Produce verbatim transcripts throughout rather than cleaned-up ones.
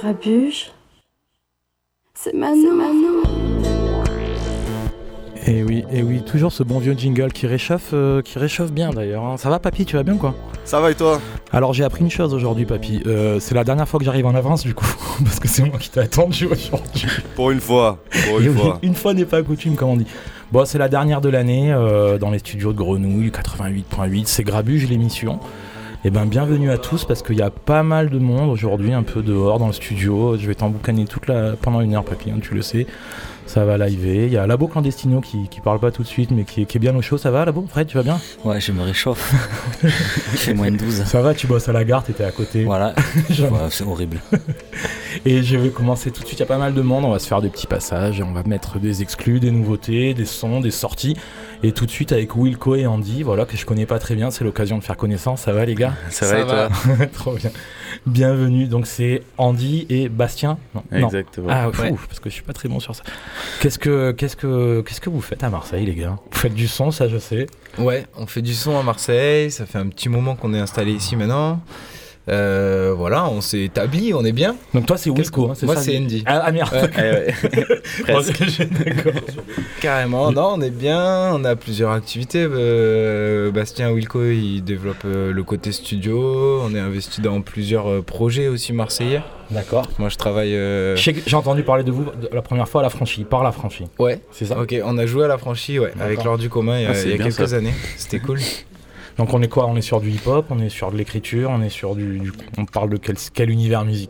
Grabuge, c'est Manon. Et oui, et oui, toujours ce bon vieux jingle qui réchauffe, euh, qui réchauffe bien d'ailleurs. Hein. Ça va, papy, tu vas bien quoi ? Ça va et toi ? Alors j'ai appris une chose aujourd'hui, papy. Euh, c'est la dernière fois que j'arrive en avance du coup, parce que c'est moi qui t'ai attendu aujourd'hui. Pour une fois, pour une et fois. Oui, une fois n'est pas coutume, comme on dit. Bon, c'est la dernière de l'année euh, dans les studios de Grenouille, quatre-vingt-huit point huit. C'est Grabuge l'émission. Et ben bienvenue à tous parce qu'il y a pas mal de monde aujourd'hui, un peu dehors dans le studio. Je vais t'emboucaner toute la pendant une heure, papy, hein, tu le sais. Ça va liver. Il y a Labo Clandestino qui, qui parle pas tout de suite, mais qui, qui est bien au chaud. Ça va, Labo ? Fred, tu vas bien ? Ouais, je me réchauffe. Il fait moins de douze. Ça va, tu bosses à la gare, t'étais à côté. Voilà. Ouais, c'est horrible. Et je vais commencer tout de suite. Il y a pas mal de monde. On va se faire des petits passages. Et on va mettre des exclus, des nouveautés, des sons, des sorties. Et tout de suite avec Wilco et Andy, voilà, que je connais pas très bien. C'est l'occasion de faire connaissance. Ça va, les gars ? Ça, ça va et toi ? Trop bien. Bienvenue. Donc c'est Andy et Bastien. Non. Exactement. Non. Ah, ouais. Ouf, parce que je suis pas très bon sur ça. Qu'est-ce que, qu'est-ce que, qu'est-ce que vous faites à Marseille, les gars ? Vous faites du son, ça je sais. Ouais, on fait du son à Marseille. Ça fait un petit moment qu'on est installé ici maintenant. Euh, voilà, on s'est établi, on est bien. Donc toi c'est Wilco, hein, c'est moi ça, c'est Andy. Ah, ah merde. Ouais, ouais. Presque. D'accord. Carrément. Non, on est bien. On a plusieurs activités. Euh, Bastien Wilco, il développe euh, le côté studio. On est investi dans plusieurs euh, projets aussi marseillais. D'accord. Moi, je travaille. Euh... J'ai, j'ai entendu parler de vous de la première fois à la franchise, par la franchise. Ouais. C'est ça. Ok, on a joué à la franchise, ouais, avec l'Ordre du commun il y a, ah, il y a quelques ça. années. C'était cool. Donc on est quoi ? On est sur du hip-hop, on est sur de l'écriture, on est sur du... du on parle de quel, quel univers musical ?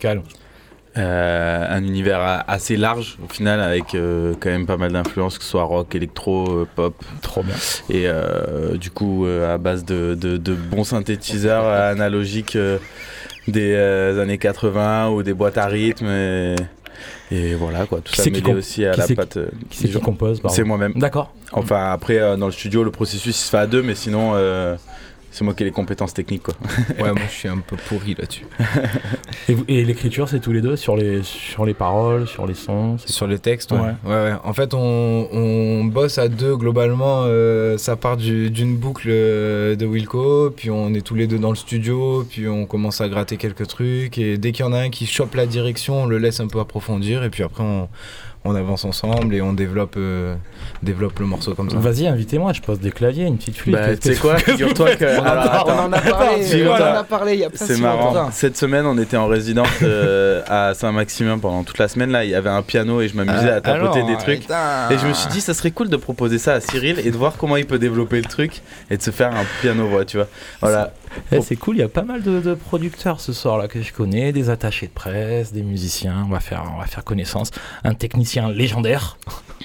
euh, Un univers assez large au final avec euh, quand même pas mal d'influences, que ce soit rock, électro, euh, pop. Trop bien. Et euh, du coup euh, à base de, de, de bons synthétiseurs euh, analogiques euh, des euh, années quatre-vingts ou des boîtes à rythme et, et voilà quoi, tout qui ça c'est mêlé comp- aussi à la patte. Euh, qui c'est qui compose ? C'est moi-même. D'accord. Enfin après euh, dans le studio le processus il se fait à deux mais sinon euh, c'est moi qui ai les compétences techniques quoi. Ouais, moi je suis un peu pourri là-dessus. Et, vous, et l'écriture c'est tous les deux sur les, sur les paroles, sur les sons c'est... Sur les textes, ouais. Ouais. ouais, ouais. En fait, on, on bosse à deux globalement. Euh, ça part du, d'une boucle de Wilco, puis on est tous les deux dans le studio, puis on commence à gratter quelques trucs. Et dès qu'il y en a un qui chope la direction, on le laisse un peu approfondir, et puis après on, on avance ensemble et on développe, euh, développe le morceau comme ça. Vas-y, invitez-moi, je pose des claviers, une petite flûte. Bah, tu sais quoi, figure-toi que... On, Alors, a, on en a parlé, on en Attends. a parlé il y a pas C'est si marrant. longtemps. Cette semaine, on était en résidence euh, à Saint-Maximin pendant toute la semaine. Là, il y avait un piano et je m'amusais à tapoter Alors, des trucs. putain. Et je me suis dit, ça serait cool de proposer ça à Cyril et de voir comment il peut développer le truc et de se faire un piano-voix, tu vois. Voilà. Eh, c'est cool, il y a pas mal de, de producteurs ce soir là que je connais, des attachés de presse, des musiciens. On va faire, on va faire connaissance. Un technicien légendaire.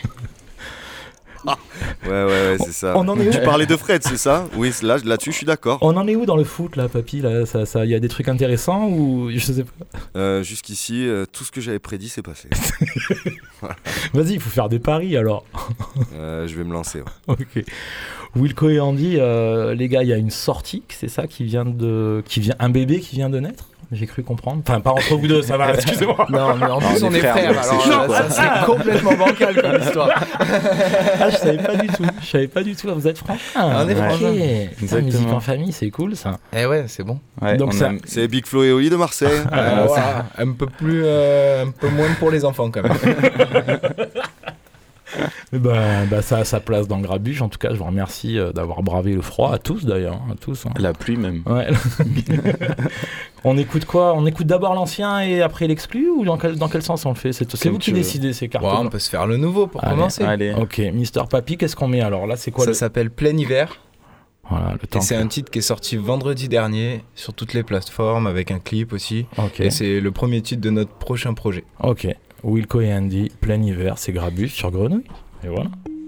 Ouais, ouais, ouais, c'est ça. On en est où ? Tu parlais de Fred, c'est ça ? Oui, là, là-dessus, je suis d'accord. On en est où dans le foot là, papy là, ça, ça, y a des trucs intéressants ou je sais pas. Euh, jusqu'ici, euh, tout ce que j'avais prédit s'est passé. Voilà. Vas-y, il faut faire des paris alors. Euh, je vais me lancer. Ouais. Ok. Wilco et Andy, euh, les gars, il y a une sortie, c'est ça, qui vient de, qui vient, un bébé qui vient de naître. J'ai cru comprendre. Enfin, pas entre vous deux, ça va, excusez-moi. Non, mais en plus, on on est est frères, frères, donc alors c'est chaud, euh, quoi. ça c'est complètement bancal comme histoire. Ah, je savais pas du tout. Je savais pas du tout. Vous êtes frangins. On est Ok. frangins. Putain, musique en famille, c'est cool ça. Eh ouais, c'est bon. Ouais, Donc on ça- aime- C'est Big Flo et Oli de Marseille. Euh, voilà. Un peu plus, euh, un peu moins pour les enfants quand même. Eh ben, bah, ça a sa place dans le Grabuge. En tout cas, je vous remercie euh, d'avoir bravé le froid, à tous d'ailleurs, hein, à tous. Hein. La pluie même. Ouais. On écoute quoi ? On écoute d'abord l'ancien et après l'exclu ou dans quel, dans quel sens on le fait ? C'est, c'est Comme vous qui tu veux. décidez ces cartes. Ouais, on peut se faire le nouveau pour Allez, commencer. Allez. Ok, Mister Papy, qu'est-ce qu'on met alors ? Là, c'est quoi Ça le... s'appelle Plein Hiver. Voilà, le temps. Et c'est un titre qui est sorti vendredi dernier sur toutes les plateformes avec un clip aussi. Ok. Et c'est le premier titre de notre prochain projet. Ok. Wilco et Andy, plein hiver, c'est Grabuge sur Grenouille. Et voilà.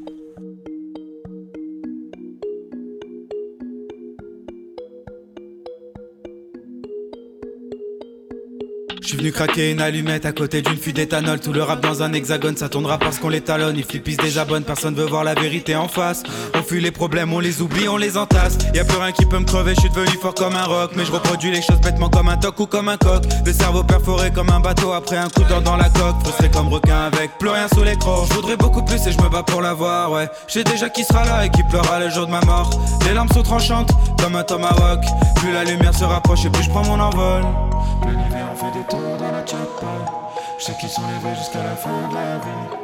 Je suis venu craquer une allumette à côté d'une fuite d'éthanol. Tout le rap dans un hexagone, ça tournera parce qu'on les talonne. Ils flippent, ils se désabonnent, personne veut voir la vérité en face. On fuit les problèmes, on les oublie, on les entasse. Y'a plus rien qui peut me crever, je suis devenu fort comme un roc. Mais je reproduis les choses bêtement comme un toc ou comme un coq. Le cerveau perforé comme un bateau après un coup d'or dans la coque. Frustré comme requin avec plus rien sous les crocs. Je voudrais beaucoup plus et je me bats pour l'avoir, ouais. J'ai déjà qui sera là et qui pleurera le jour de ma mort. Les larmes sont tranchantes comme un tomahawk. Plus la lumière se rapproche et plus je prends mon envol. Plein hiver on fait des tours dans la choppa. Je sais qu'ils sont les vrais jusqu'à la fin de la vie.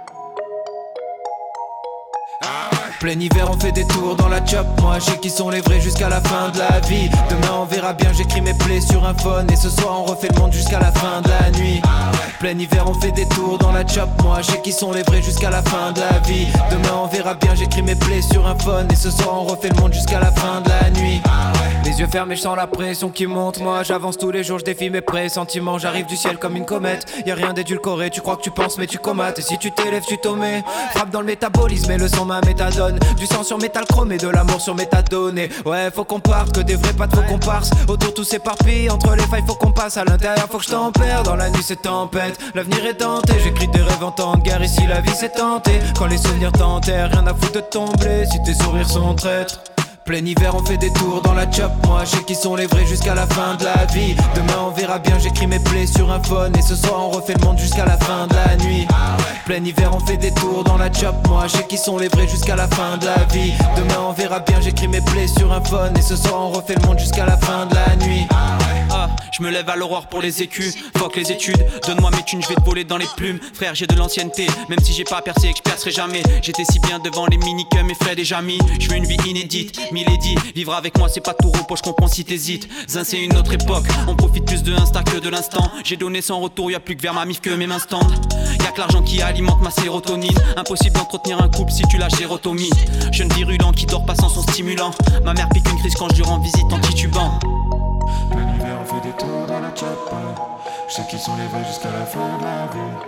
Plein hiver on fait des tours dans la chop. Moi je sais qui sont les vrais jusqu'à la fin de la vie. Demain on verra bien, j'écris mes plays sur un phone. Et ce soir on refait le monde jusqu'à la fin de la nuit. Plein hiver on fait des tours dans la chop. Moi je sais qui sont les vrais jusqu'à la fin de la vie. Demain on verra bien, j'écris mes plays sur un phone. Et ce soir on refait le monde jusqu'à la fin de la nuit. Les yeux fermés, je sens la pression qui monte. Moi j'avance tous les jours, je défie mes pressentiments. J'arrive du ciel comme une comète. Y'a rien d'édulcoré, tu crois que tu penses mais tu comates. Et si tu t'élèves tu t'omets. Frappe dans le métabolisme et le son ma méthadone. Du sang sur métal chrome et de l'amour sur méthadone. Et ouais faut qu'on parte, que des vrais pas de faux comparses. Autour tout s'éparpille, entre les failles faut qu'on passe. À l'intérieur faut que je t'en perds, dans la nuit c'est tempête. L'avenir est tenté, j'écris des rêves en temps de guerre. Ici la vie c'est tenté, quand les souvenirs t'enterrent. Rien à foutre de tomber, si tes sourires sont traîtres. Plein hiver on fait des tours dans la chop. Moi je sais qui sont les vrais jusqu'à la fin de la vie. Demain on verra bien, j'écris mes plays sur un phone. Et ce soir on refait le monde jusqu'à la fin de la nuit. Plein hiver on fait des tours dans la chop. Moi je sais qui sont les vrais jusqu'à la fin de la vie. Demain on verra bien, j'écris mes plays sur un phone. Et ce soir on refait le monde jusqu'à la fin de la nuit. Ah, je me lève à l'aurore pour les écus. Fuck les études, donne-moi mes thunes, je vais te voler dans les plumes. Frère j'ai de l'ancienneté, même si j'ai pas percé et que je percerai jamais. J'étais si bien devant les minicums et Fred et Jamy. Je veux une vie inédite, Milady, vivre avec moi c'est pas tout repos, je comprends si t'hésites. Zin c'est une autre époque, on profite plus de Insta que de l'instant. J'ai donné sans retour, y'a plus que vers ma mif que mes mains se tendent. Y'a que l'argent qui alimente ma sérotonine. Impossible d'entretenir un couple si tu lâches gérotomie. Jeune virulent qui dort pas sans son stimulant. Ma mère pique une crise quand je lui rends visite en titubant. Plein hiver on fait des tours dans la choppa. Je sais qu'ils sont les vrais jusqu'à la fin de la vie.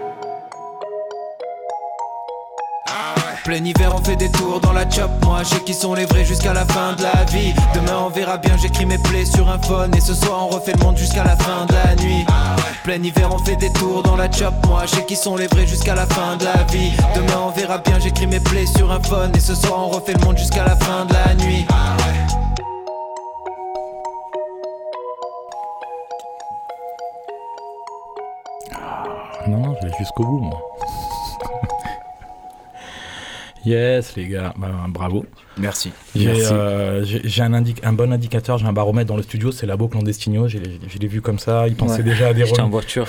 Plein hiver on fait des tours dans la chop. Moi je sais qui sont les vrais jusqu'à la fin de la vie. Demain on verra bien, j'écris mes plays sur un phone. Et ce soir on refait le monde jusqu'à la fin de la nuit. Plein hiver on fait des tours dans la chop. Moi je sais qui sont les vrais jusqu'à la fin de la vie. Demain on verra bien, j'écris mes plays sur un phone. Et ce soir on refait le monde jusqu'à la fin de la nuit. Non, non, je vais jusqu'au bout, moi. Yes, les gars, bah, bravo. Merci. J'ai, Merci. Euh, j'ai, j'ai un, indic- un bon indicateur, j'ai un baromètre dans le studio, c'est Labo Clandestino. Je l'ai, je l'ai vu comme ça, il pensait Ouais. déjà à des J'étais en remixes. voiture.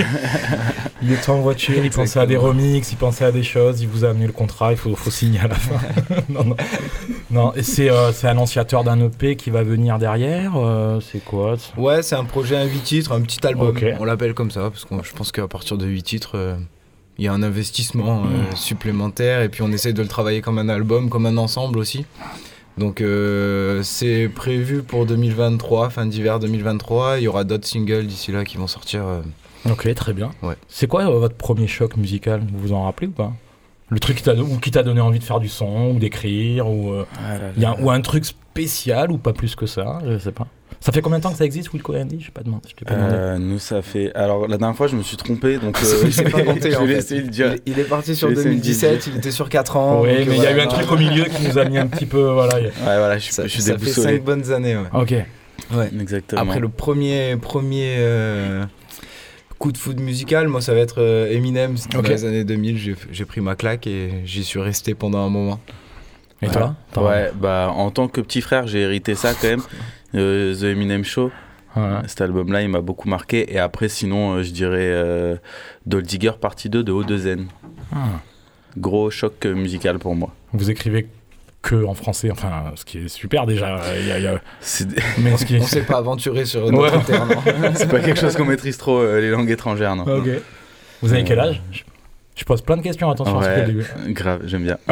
Il était en voiture, il pensait à des remixes, il pensait à des choses, il vous a amené le contrat, il faut, faut signer à la fin. non, non. non, et c'est, euh, c'est annonciateur d'un E P qui va venir derrière, euh, c'est quoi c'est... Ouais, c'est un projet à huit titres, un petit album. Okay. On l'appelle comme ça, parce que je pense qu'à partir de huit titres, euh, il y a un investissement euh, supplémentaire, et puis on essaie de le travailler comme un album, comme un ensemble aussi. Donc euh, c'est prévu pour deux mille vingt-trois, fin d'hiver deux mille vingt-trois. Il y aura d'autres singles d'ici là qui vont sortir. Euh... Ok, très bien. Ouais. C'est quoi euh, votre premier choc musical? Vous vous en rappelez ou pas? Le truc qui t'a, ou qui t'a donné envie de faire du son, ou d'écrire, ou, euh, Ah là là. y a, ou un truc spécial, ou pas plus que ça, je sais pas. Ça fait combien de temps que ça existe, Wilco et Andy? Je sais pas demandé. Je t'ai pas demandé. Euh, nous ça fait. Alors la dernière fois je me suis trompé donc euh, Il s'est pas compté, je en vais fait. essayer de dire. Il, il est parti sur Je vais essayer deux mille de dix-sept, dire. il était sur quatre ans. Oui, donc, mais il y a eu voilà, un non. truc au milieu qui nous a mis un petit peu. Voilà. y a- Ouais voilà, je, Ça, je suis ça fait déboussolé. cinq bonnes années. Ouais. Ok. Ouais. Exactement. Après le premier, premier euh, coup de foot musical, moi ça va être euh, Eminem. C'était Ok. dans les années deux mille, j'ai, j'ai pris ma claque et j'y suis resté pendant un moment. Et toi? T'en- Ouais, bah en tant que petit frère, j'ai hérité ça quand même. Euh, The Eminem Show, Voilà. cet album-là, il m'a beaucoup marqué. Et après, sinon, euh, je dirais euh, Gold Digger partie deux de O deux N. Ah. Gros choc euh, musical pour moi. Vous écrivez que en français, enfin, ce qui est super déjà. Il y a, il y a- C'est Mais ce qui est... On s'est pas aventuré sur notre Ouais. terrain. non. c'est pas quelque chose qu'on maîtrise trop, euh, les langues étrangères, non. Ok. Vous avez quel âge? je... je pose plein de questions, attention à ce Ouais, début. grave, j'aime bien.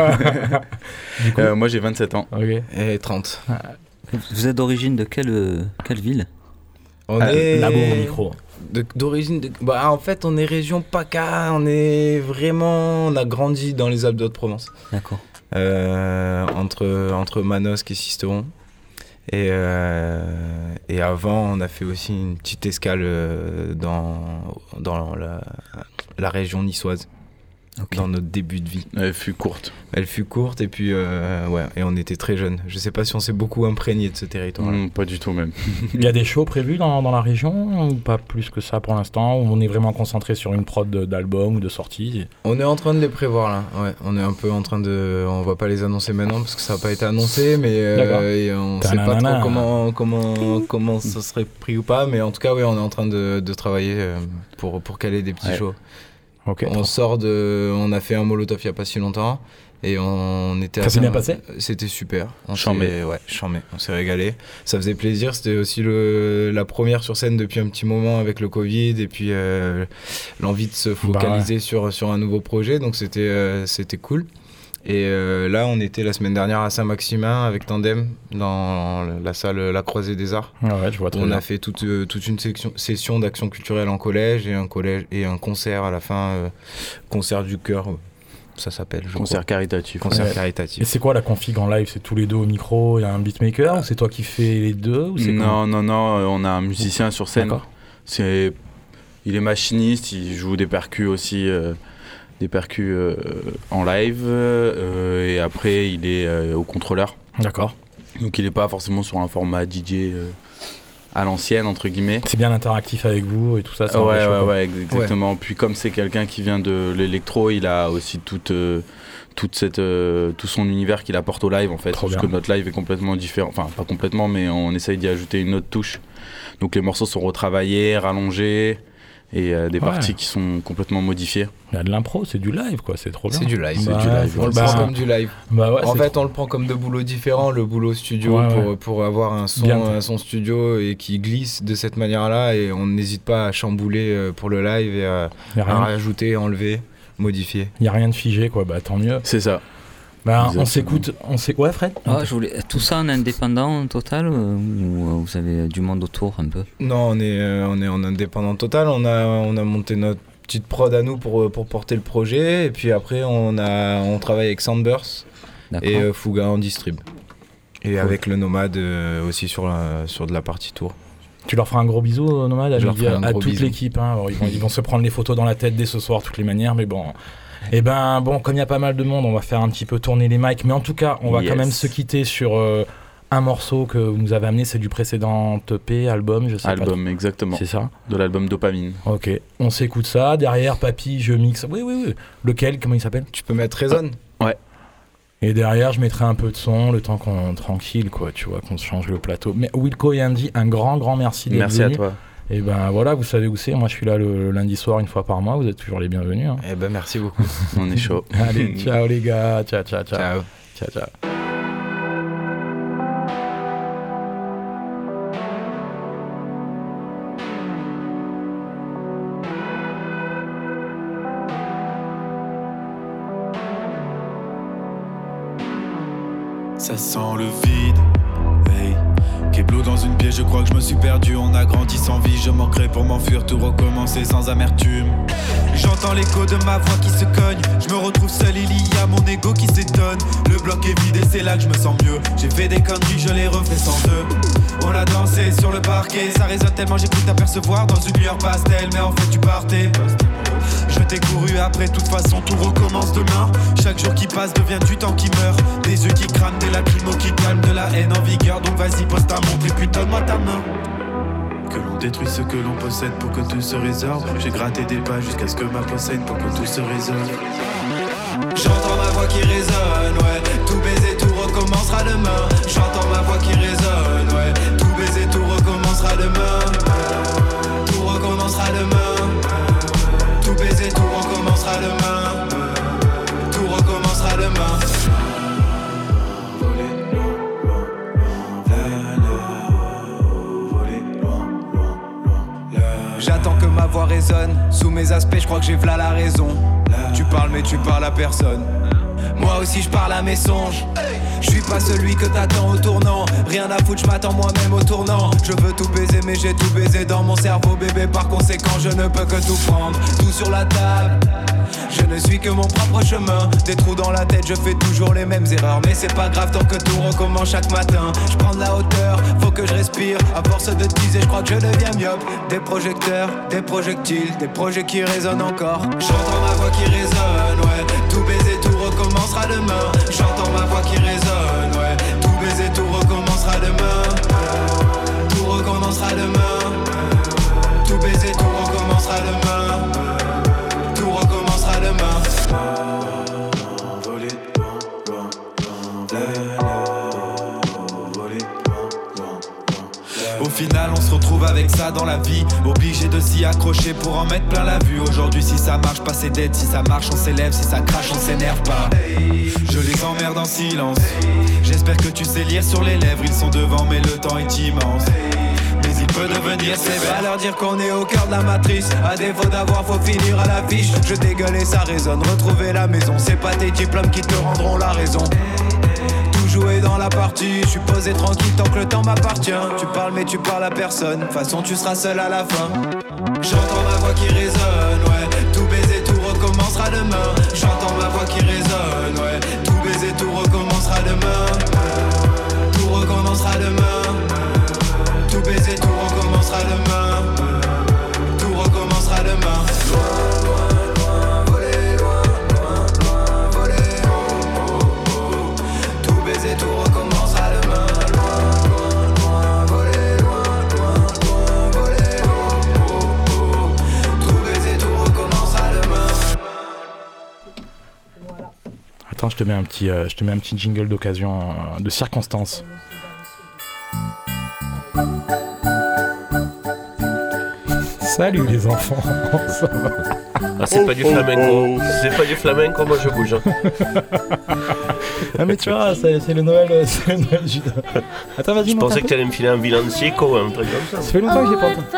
Du coup, Euh, moi, j'ai vingt-sept ans. ok. Et trente. Vous êtes d'origine de quelle, euh, quelle ville? On Ah, est Labo au micro. de- d'origine. De... Bah, en fait, on est région PACA. On est vraiment. On a grandi dans les Alpes de Haute-Provence. D'accord. Euh, entre, entre Manosque et Sisteron. Et, euh, et avant, on a fait aussi une petite escale euh, dans, dans la, la région niçoise. okay. dans notre début de vie. Elle fut courte. Elle fut courte et puis euh, ouais, et on était très jeunes. Je sais pas si on s'est beaucoup imprégné de ce territoire. Mmh, pas du tout même. Il y a des shows prévus dans, dans la région ou pas plus que ça pour l'instant, où on est vraiment concentré sur une prod de, d'album ou de sortie? On est en train de les prévoir là. Ouais, on est un peu en train de, on va pas les annoncer maintenant parce que ça n'a pas été annoncé, mais euh, et on Ta-na-na. sait pas trop comment comment comment ça serait pris ou pas, mais en tout cas oui, on est en train de, de travailler pour pour caler des petits ouais. shows. Okay, on trop. sort de, on a fait un Molotov il y a pas si longtemps. Et on était. Ça s'est bien passé ? C'était super. On chambé. Ouais, chambé. On s'est régalé. Ça faisait plaisir. C'était aussi le, la première sur scène depuis un petit moment avec le Covid et puis euh, l'envie de se focaliser bah ouais. sur, sur un nouveau projet. Donc c'était, euh, c'était cool. Et euh, là, on était la semaine dernière à Saint-Maximin avec Tandem dans la salle La Croisée des Arts. Ah ouais, je vois très on bien. a fait toute, euh, toute une section, session d'action culturelle en collège et un, collège, et un concert à la fin, euh, concert du cœur. Ça s'appelle, je concert crois. caritatif. Concert ouais. caritatif. Et c'est quoi la config en live ? C'est tous les deux au micro, il y a un beatmaker ou c'est toi qui fais les deux ou c'est Non, non, non, on a un musicien sur scène. D'accord. C'est... Il est machiniste, il joue des percus aussi, euh, des percus euh, en live euh, et après il est euh, au contrôleur. D'accord. Donc il n'est pas forcément sur un format D J euh, à l'ancienne entre guillemets. C'est bien interactif avec vous et tout ça. ça ouais, ouais, ouais, exactement. Ouais. Puis comme c'est quelqu'un qui vient de l'électro, il a aussi toute, euh, toute cette, euh, tout son univers qu'il apporte au live en fait. Trop parce bien. Que notre live est complètement différent. Enfin pas complètement, mais on essaye d'y ajouter une autre touche. Donc les morceaux sont retravaillés, rallongés. Et euh, des ouais. parties qui sont complètement modifiées. Il y a de l'impro, c'est du live quoi, c'est trop bien. C'est du live, bah, c'est du live. On le bah, prend comme du live. Bah ouais, en fait, trop... on le prend comme deux boulots différents, le boulot studio ouais, pour, ouais. pour avoir un son, un son studio et qui glisse de cette manière-là et on n'hésite pas à chambouler pour le live et à, à rajouter, enlever, modifier. Il n'y a rien de figé quoi, bah tant mieux. C'est ça. Bah, on s'écoute, on s'est... Ouais Fred ah, je voulais... Tout ça en indépendant total ou vous avez du monde autour un peu ? Non, on est, euh, on est en indépendant total, on a, on a monté notre petite prod à nous pour, pour porter le projet et puis après on, a, on travaille avec Soundburst et euh, Fouga en distrib. Et cool. Avec le Nomade euh, aussi sur, la, sur de la partie tour. Tu leur feras un gros bisou Nomade à, à toute bisou. L'équipe hein. Alors, ils, vont, ils vont se prendre les photos dans la tête dès ce soir de toutes les manières mais bon... Et ben bon, comme il y a pas mal de monde, on va faire un petit peu tourner les mics, mais en tout cas, on va yes. quand même se quitter sur euh, un morceau que vous nous avez amené, c'est du précédent E P, album, je sais album, pas. Album, exactement. C'est ça. De l'album Dopamine. Ok, on s'écoute ça. Derrière, papy, je mixe. Oui, oui, oui. Lequel, comment il s'appelle ? Tu peux mettre Raison. Ouais. Et derrière, je mettrai un peu de son, le temps qu'on tranquille, quoi, tu vois, qu'on se change le plateau. Mais Wilco et Andy, un grand, grand merci d'être Merci venus. à toi. Et ben voilà, vous savez où c'est. Moi, je suis là le lundi soir une fois par mois. Vous êtes toujours les bienvenus. Hein. Et ben merci beaucoup. On est chaud. Allez, ciao les gars. Ciao, ciao, ciao. Ciao. Ciao, ciao. Ça sent le vide. Hey. Keblo dans une pièce, je crois que je me suis perdu. On a grandi sans vie, je manquerai pour m'enfuir, tout recommencer sans amertume. J'entends l'écho de ma voix qui se cogne. Je me retrouve seul, il y a mon ego qui s'étonne. Le bloc est vide et c'est là que je me sens mieux. J'ai fait des conneries, je les refais sans eux. On a dansé sur le parquet, ça résonne tellement j'ai cru t'apercevoir dans une lueur pastel. Mais en fait tu partais. Je t'ai couru après, de toute façon tout recommence demain. Chaque jour qui passe devient du temps qui meurt. Des yeux qui crament, des lacrymos qui calment, de la haine en vigueur. Donc vas-y pose ta montre et puis donne-moi ta main. Que l'on détruit ce que l'on possède pour que tout se résorbe. J'ai gratté des pas jusqu'à ce que ma possède pour que tout se résolve. J'entends ma voix qui résonne, ouais. Tout baiser, tout recommencera demain. J'entends ma voix qui résonne, ouais. Tout baiser, tout recommencera demain. Tout recommencera demain. Tout baiser, tout recommencera demain. Tout recommencera demain. J'attends que ma voix résonne. Sous mes aspects, je crois que j'ai v'là la raison. Tu parles mais tu parles à personne. Moi aussi je parle à mes songes. Je suis pas celui que t'attends au tournant. Rien à foutre, je m'attends moi-même au tournant. Je veux tout baiser mais j'ai tout baisé dans mon cerveau bébé. Par conséquent je ne peux que tout prendre. Tout sur la table. Je ne suis que mon propre chemin. Des trous dans la tête, je fais toujours les mêmes erreurs. Mais c'est pas grave tant que tout recommence chaque matin. Je prends de la hauteur, faut que je respire. À force de teaser, je crois que je deviens myope. Des projecteurs, des projectiles, des projets qui résonnent encore. J'entends ma voix qui résonne, ouais. Tout baiser, tout recommencera demain. J'entends ma voix qui résonne, ouais. Tout baiser, tout recommencera demain. Tout recommencera demain. Tout baiser, tout recommencera demain. Tout recommencera demain. Au final on se retrouve avec ça dans la vie. Obligé de s'y accrocher pour en mettre plein la vue. Aujourd'hui si ça marche pas c'est dead. Si ça marche on s'élève, si ça crache on s'énerve pas. Je les emmerde en silence. J'espère que tu sais lire sur les lèvres. Ils sont devant mais le temps est immense. Mais il peut devenir sévère. À leur dire qu'on est au cœur de la matrice. À défaut d'avoir faut finir à l'affiche. Je dégueule et ça résonne. Retrouver la maison. C'est pas tes diplômes qui te rendront la raison. Jouer dans la partie, je suis posé tranquille tant que le temps m'appartient. Tu parles mais tu parles à personne, de toute façon tu seras seul à la fin. J'entends ma voix qui résonne, ouais. Tout baiser, tout recommencera demain. J'entends ma voix qui résonne, ouais. Tout baiser, tout recommencera demain. Tout recommencera demain. Tout baiser, tout recommencera demain. Tout recommencera demain. Tout recommencera demain. Loin, loin, loin, voler, loin, loin, loin, voler. Oh, oh, oh. Tout baiser, tout recommencera demain. Attends, je te mets un petit, euh, je te mets un petit jingle d'occasion, euh, de circonstance. Salut les enfants, ça va? Ah, c'est pas du flamenco, c'est pas du flamenco, moi je bouge. Ah mais tu vois, c'est, c'est le Noël, c'est le Noël juda. Attends, vas-y. Je pensais que tu allais me filer un villancico, un truc comme ça. Ça fait longtemps que j'ai pas entendu.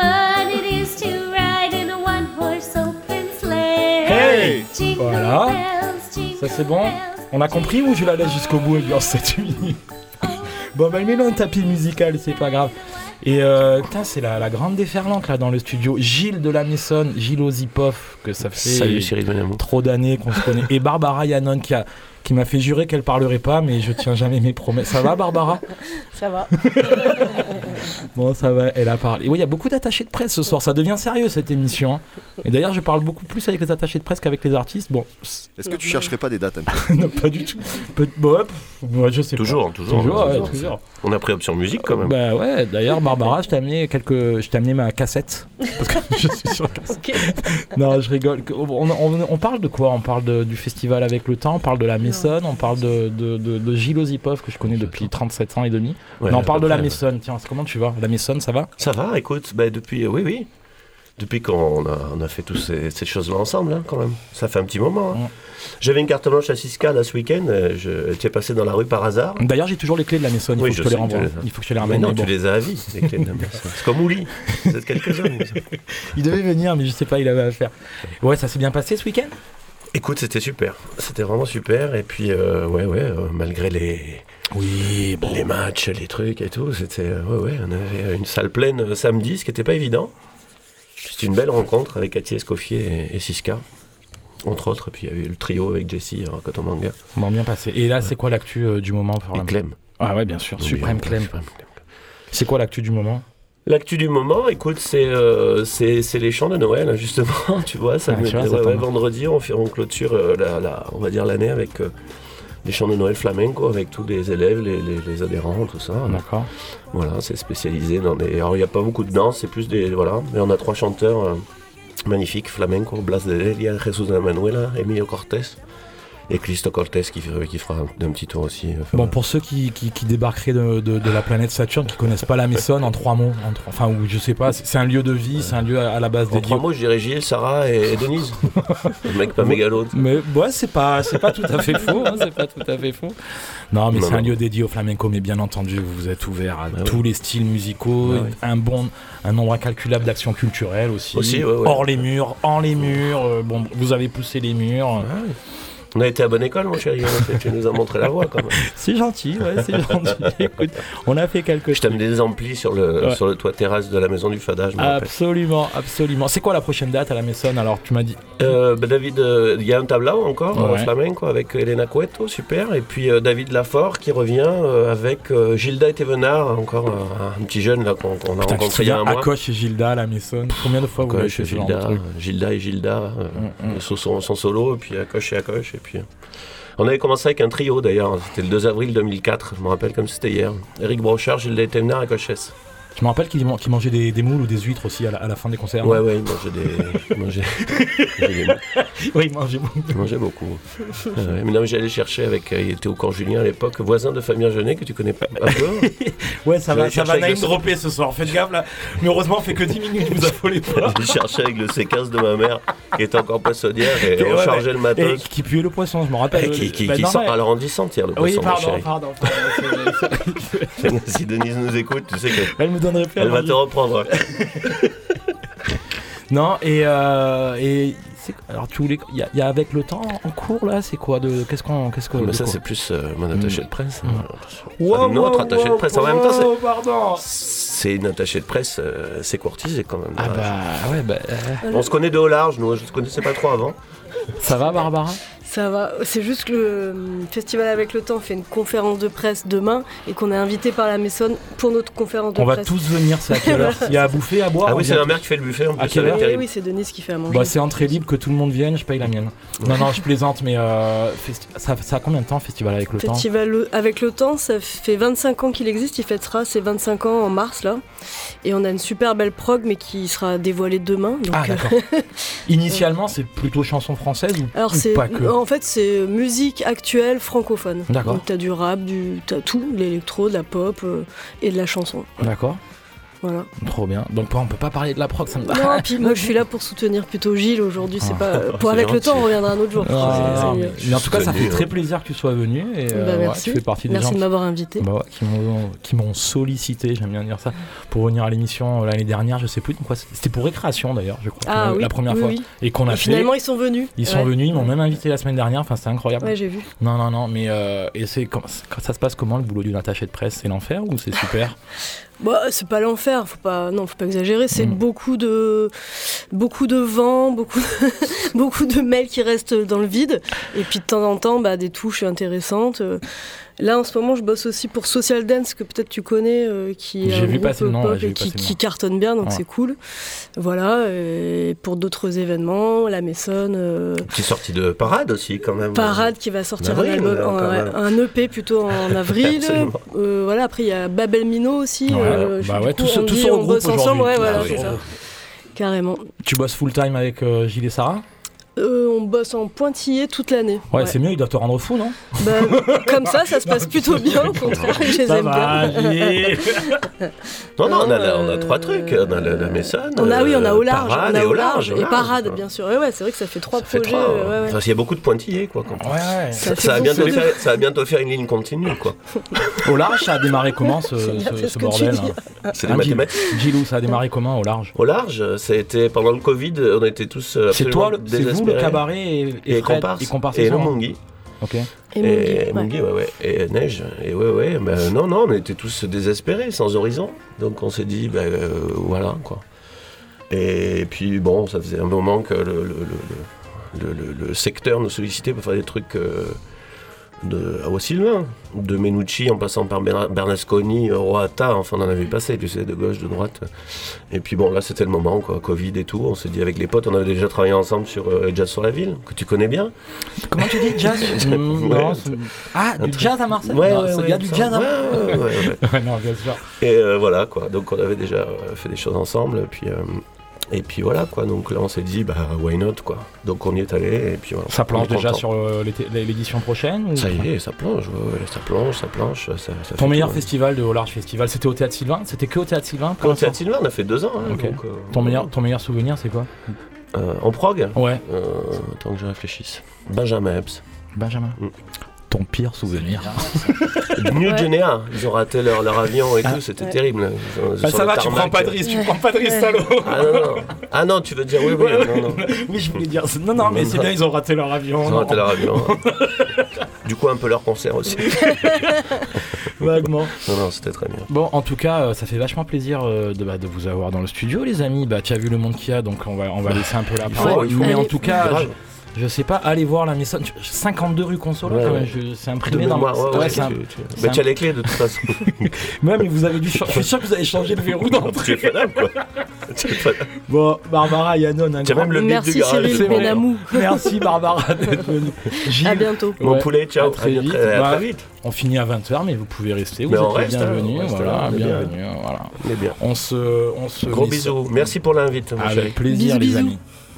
Hey, voilà. Ça c'est bon. On a compris ou je la laisse jusqu'au bout et dure sept minutes? Bon bah mets-le un tapis musical, c'est pas grave. Et euh, putain, c'est la, la grande déferlante là dans le studio. Gilles de la Maisonne, Gilles Ozipov, que ça fait Salut, Cyril Benamou. Trop d'années qu'on se connaît. Et Barbara Yannon qui, a, qui m'a fait jurer qu'elle parlerait pas, mais je tiens jamais mes promesses. Ça va Barbara? Ça va. Bon, ça va, elle a parlé. Et oui, il y a beaucoup d'attachés de presse ce soir, ça devient sérieux cette émission. Hein. Et d'ailleurs, je parle beaucoup plus avec les attachés de presse qu'avec les artistes. Bon. Est-ce que tu chercherais pas des dates un peu? Non, pas du tout. Peut- bon, hop. Ouais, je sais toujours, pas. Toujours, toujours. ouais, toujours, toujours. On a pris option musique quand même. Bah ouais, d'ailleurs, Barbara, je t'ai amené, quelques... je t'ai amené ma cassette. Parce que je suis sur cassette. Okay. Non, je rigole. On, on, on parle de quoi? On parle de, du festival avec le temps, on parle de la Maisonne, on parle de, de, de, de Gilles Ozipov, que je connais depuis trente-sept ans et demi. Ouais, non, on parle de la Maisonne. Tiens, comment tu vas? La Maisonne, ça va? Ça va, écoute, bah, depuis, euh, oui, oui. Depuis qu'on a, on a fait toutes ces, ces choses-là ensemble, hein, quand même. Ça fait un petit moment. Hein. Ouais. J'avais une carte blanche à Siska là ce week-end. Je t'ai passé dans la rue par hasard. D'ailleurs, j'ai toujours les clés de la Maisonne. Il oui, faut que je te les renvoie. Les il faut que je te les ramène. Mais non, mais bon. Tu les as à vie, les clés de la Maisonne. C'est comme Ouli. Vous êtes quelques-uns. Il devait venir, mais je sais pas, il avait à faire. Ouais, ça s'est bien passé ce week-end? Écoute, c'était super. C'était vraiment super. Et puis, euh, ouais, ouais, euh, malgré les. Oui, bon. Les matchs, les trucs et tout, c'était. Euh, ouais, ouais, on avait une salle pleine euh, samedi, ce qui n'était pas évident. C'était une belle rencontre avec Cathy Escoffier et, et Siska, entre autres. Et puis il y a eu le trio avec Jessie, Rakoto Manga. Bon, bien passé. Et là, ouais. C'est quoi l'actu euh, du moment pour et Clem. Ah ouais, bien sûr, oui, Suprême Clem. Suprême Clem. C'est quoi l'actu du moment? L'actu du moment, écoute, c'est, euh, c'est, c'est les chants de Noël, justement, tu vois. Ça ah, me, tu vois, ouais, ouais, vendredi, on, fait, on clôture, euh, la, la, on va dire, l'année avec... Euh, les chants de Noël flamenco avec tous les élèves, les, les, les adhérents, tout ça. D'accord. Voilà, c'est spécialisé dans des... Alors, il n'y a pas beaucoup de danse, c'est plus des... Voilà, mais on a trois chanteurs euh, magnifiques, flamenco, Blas de Delia, Jesus de Manuela, Emilio Cortés et Cristo Cortés qui, qui fera un, un petit tour aussi. Enfin, bon, pour ceux qui, qui, qui débarqueraient de, de, de la planète Saturne, qui connaissent pas la Maisonne, en trois mots, en trois, enfin, ou je sais pas, c'est, c'est un lieu de vie, c'est un lieu à, à la base des. En trois mots, je dirais Gilles, Sarah et, et Denise. Le mec pas mégalo. Mais ouais, c'est pas, c'est pas tout à fait faux, hein, c'est pas tout à fait faux. Non, mais non, c'est non. un lieu dédié au flamenco, mais bien entendu, vous êtes ouvert à ah, tous oui. les styles musicaux, ah, oui. un bon, un nombre incalculable d'actions culturelles aussi. Aussi, ouais, ouais. Hors les murs, en les murs. Euh, bon, vous avez poussé les murs. Ah, oui. On a été à bonne école, mon chéri. Hein. Tu nous as montré la voie, quand même. C'est gentil, ouais, c'est gentil. Écoute, on a fait quelques. Je t'aime des amplis sur le, ouais. sur le toit terrasse de la maison du Fada, je me rappelle. Absolument, absolument. C'est quoi la prochaine date à la Maison? Alors, tu m'as dit. Euh, bah, David, il euh, y a un tableau encore, ouais. euh, flamenco, avec Elena Cueto, super. Et puis euh, David Lafort qui revient euh, avec euh, Gilda et Thévenard, encore un, un petit jeune là, qu'on, qu'on a Putain, rencontré il y a un mois. Acoche et Gilda à la Maison. Combien de fois vous l'avez fait Gilda, Gilda et Gilda, euh, mm, mm. Son, son solo, et puis Acoche et Acoche. Et puis, on avait commencé avec un trio d'ailleurs, c'était le deux avril deux mille quatre, je me rappelle comme c'était hier. Eric Brochard, Gilles Thévenard et Cochesse. Je me rappelle qu'il, qu'il mangeait des, des moules ou des huîtres aussi à la, à la fin des concerts. Ouais, ouais, il mangeait des, il mangeait, il mangeait des moules. Oui, il mangeait beaucoup. Il mangeait beaucoup. Ouais, mais non, mais j'allais chercher avec, il était au camp Julien à l'époque, voisin de Fabien Genet, que tu connais pas un peu. Ouais, ça va, ça va name dropper ce soir, faites gaffe là. Mais heureusement, on fait que dix minutes, vous affolez pas. J'ai cherché avec le C quinze de ma mère, qui était encore poissonnière, et, et on ouais, chargeait le matos. Et qui puait le poisson, je me rappelle. Et qui, qui, bah, qui non, sort, mais... alors on dit sentir le poisson. Oui, pardon, pardon, pardon. Si Denise nous écoute, tu sais qu'elle elle me donnerait plus. Elle va te reprendre. Non, et, euh, et c'est, alors tu voulais, il y, y a avec le temps en cours là, c'est quoi de, qu'est-ce qu'on, qu'est-ce que. Mais ça quoi? C'est plus euh, mon attaché mmh. de presse. Mmh. Wow, enfin, notre wow, attaché wow, de presse. En wow, même temps, c'est, pardon. c'est une attachée de presse, euh, c'est courtisé quand même. Ah bah ouais bah. Euh... On se connaît de au large, nous, je ne connaissais pas trop avant. Ça va, Barbara? Ça va, c'est juste que le Festival avec le temps fait une conférence de presse demain et qu'on est invité par la Maison pour notre conférence de on presse. On va tous venir, c'est à quelle heure? Il y a à bouffer, à boire? Ah oui, c'est ma mère qui fait le buffet en plus. À quelle heure? Oui, oui, c'est Denise qui fait à manger. Bah, c'est entrée libre, que tout le monde vienne, je paye la mienne. Non, non, je plaisante, mais euh, festi- ça, ça a combien de temps, Festival avec le Festival temps? Festival avec le temps, ça fait vingt-cinq ans qu'il existe, il fêtera ses vingt-cinq ans en mars là. Et on a une super belle prog, mais qui sera dévoilée demain. Donc ah d'accord. Initialement, c'est plutôt chanson française ou, Alors, ou c'est, pas que? En fait, c'est musique actuelle francophone. D'accord. Donc t'as du rap, du, t'as tout, de l'électro, de la pop euh, et de la chanson. D'accord. Voilà. Trop bien. Donc on peut pas parler de la prog, ça me. Non, puis moi je suis là pour soutenir plutôt Gilles aujourd'hui. C'est ah, pas pour avec gentil. Le temps, on reviendra un autre jour. Ah, c'est, mais, mais en tout cas, ça fait très plaisir que tu sois venu. Et, bah, euh, merci. Ouais, tu fais partie des merci gens de m'avoir invité. Bah, ouais, qui m'ont qui m'ont sollicité, j'aime bien dire ça, pour venir à l'émission l'année dernière. Je sais plus donc quoi. C'était pour Récréation d'ailleurs, je crois. Ah, la, oui, la première oui, fois. Oui. Et qu'on a et fait. Finalement, ils sont venus. Ils sont ouais. venus. Ils m'ont même invité la semaine dernière. Enfin, c'était incroyable. Ouais, j'ai vu. Non, non, non. Mais euh, et c'est quand ça se passe comment le boulot d'une attachée de presse? C'est l'enfer ou c'est super? Bah, c'est pas l'enfer, faut pas, non, faut pas exagérer. C'est mmh. beaucoup de, beaucoup de vent, beaucoup, de, beaucoup de mails qui restent dans le vide, et puis de temps en temps, bah, des touches intéressantes. Là, en ce moment, je bosse aussi pour Social Dance, que peut-être tu connais, euh, qui est j'ai un vu groupe passer le nom, pop ouais, j'ai et vu qui, passer qui cartonne bien, donc ouais. C'est cool. Voilà. Et pour d'autres événements, la Maison. Euh... Qui est sorti de Parade aussi, quand même. Parade qui va sortir avril, un, album, en, ouais, un E P plutôt en avril. euh, voilà. Après, il y a Babel Mino aussi. Ouais, euh, bah ouais, tout, coup, ce, on tout dit, se on regroupe bosse ensemble, ouais, voilà, ah, c'est oui. ça. Carrément. Tu bosses full time avec euh, Gilles et Sarah? Euh, on bosse en pointillé toute l'année. Ouais, ouais, ouais. c'est mieux, il doit te rendre fou, non? Bah, comme ça, ça se passe plutôt bien, au contraire, je les ça aime va, bien. non, non, on a, la, on a trois trucs. On a la, la Maison. On a, oui, on a au large. Parade on a et au large. Et Parade, bien sûr. Ouais, ouais, c'est vrai que ça fait trois ça projets. Fait trois, ouais, ouais. Enfin, il y a beaucoup de pointillés, quoi. Ouais, ouais. Ça, ça, ça, va bientôt faire, ça va bientôt faire une ligne continue, quoi. Au large, ça a démarré comment, ce, ce, ce bordel hein? C'est des mathématiques. Gilou, ça a démarré comment, au large? Au large, ça a été pendant le Covid, on était tous absolument c'est toi, désespérés. C'est vous, le cabaret et, et, et Fred, comparse, et comparse et le Mongi. Ok. Et, et Mongi, ouais. ouais, ouais. Et Neige. Et ouais, ouais. Ben non, non, on était tous désespérés, sans horizon. Donc on s'est dit, ben euh, voilà, quoi. Et puis bon, ça faisait un moment que le, le, le, le, le, le secteur nous sollicitait pour faire des trucs euh, de à Sylvain, de Menucci en passant par Bernasconi, Roata, enfin on en avait passé, tu sais, de gauche, de droite. Et puis bon, là c'était le moment, quoi, Covid et tout. On s'est dit avec les potes, on avait déjà travaillé ensemble sur euh, Jazz sur la ville, que tu connais bien. Comment tu dis jazz? mmh, non, Ah, du jazz à Marseille? Ouais, non, ouais, il ouais, y a du jazz à Marseille. Ouais, ouais, ouais, ouais. Non, bien sûr. Et euh, voilà, quoi. Donc on avait déjà fait des choses ensemble, puis. Euh, Et puis voilà, quoi. Donc là, on s'est dit, bah, why not, quoi. Donc on y est allé, et puis voilà. Ça planche déjà sur euh, l'édition prochaine ou... Ça y est, ça planche, ouais, ouais, ça planche, ça planche. Ça, ça Ton meilleur tout, festival de Au Large Festival, c'était au Théâtre Sylvain? C'était que au Théâtre Sylvain? Au Théâtre Sylvain, on a fait deux ans. Hein, okay. donc, euh, ton, meilleur, ton meilleur souvenir, c'est quoi? euh, En prog? Ouais. Euh, attends que je réfléchisse. Benjamin Epps. Benjamin. Mm. ton pire souvenir. New Ouais. Guinea, ils ont raté leur, leur avion et Ah. tout, c'était Ouais. terrible. Ils ont- Bah, sur ça le va, tu tarmac. prends pas de risque, tu prends pas de risque, Ouais. salaud. Ah non, non. Ah non, tu veux dire oui, oui, non, non. Oui, je voulais dire. Non, non, mais Non, c'est non. bien, ils ont raté leur avion. Ils ont raté leur avion. Du coup, un peu leur concert aussi. Vaguement. Non, non, c'était très bien. Bon, en tout cas, euh, ça fait vachement plaisir euh, de, bah, de vous avoir dans le studio, les amis. Bah, tu as vu le monde qu'il y a, donc on va, on va laisser un peu la Il parole. faut, il faut. Mais en Allez. tout cas, Grave. je, je sais pas, allez voir la maison. cinquante-deux rue Consolo, Ouais, quand même. ouais. je- C'est De imprimé dans mémoire, ouais, ouais, c'est un- tu, tu... c'est Bah, tu as un- les clés de toute façon. Ouais, mais vous avez dû changer. Je suis sûr que vous avez changé le verrou Tu es d'entrée. fanable, quoi. Tu es fanable. Bon, Barbara, Yannon, un Tu as grand même le bip Merci du garage. Cyril c'est bon. Benamou. Merci Barbara d'être venue. Gilles, À bientôt. Mon Ouais, poulet, ciao. à très À vite. très, à Bah, très vite. on finit à vingt heures, mais vous pouvez rester. Vous Mais êtes on les reste, hein, bienvenus. on reste Voilà, là, on est bien. bienvenue. Voilà. On est bien. On se, on se Gros met ça- bisous. Merci pour l'invite, mon chéri. Avec plaisir, Bisous, les bisous. amis.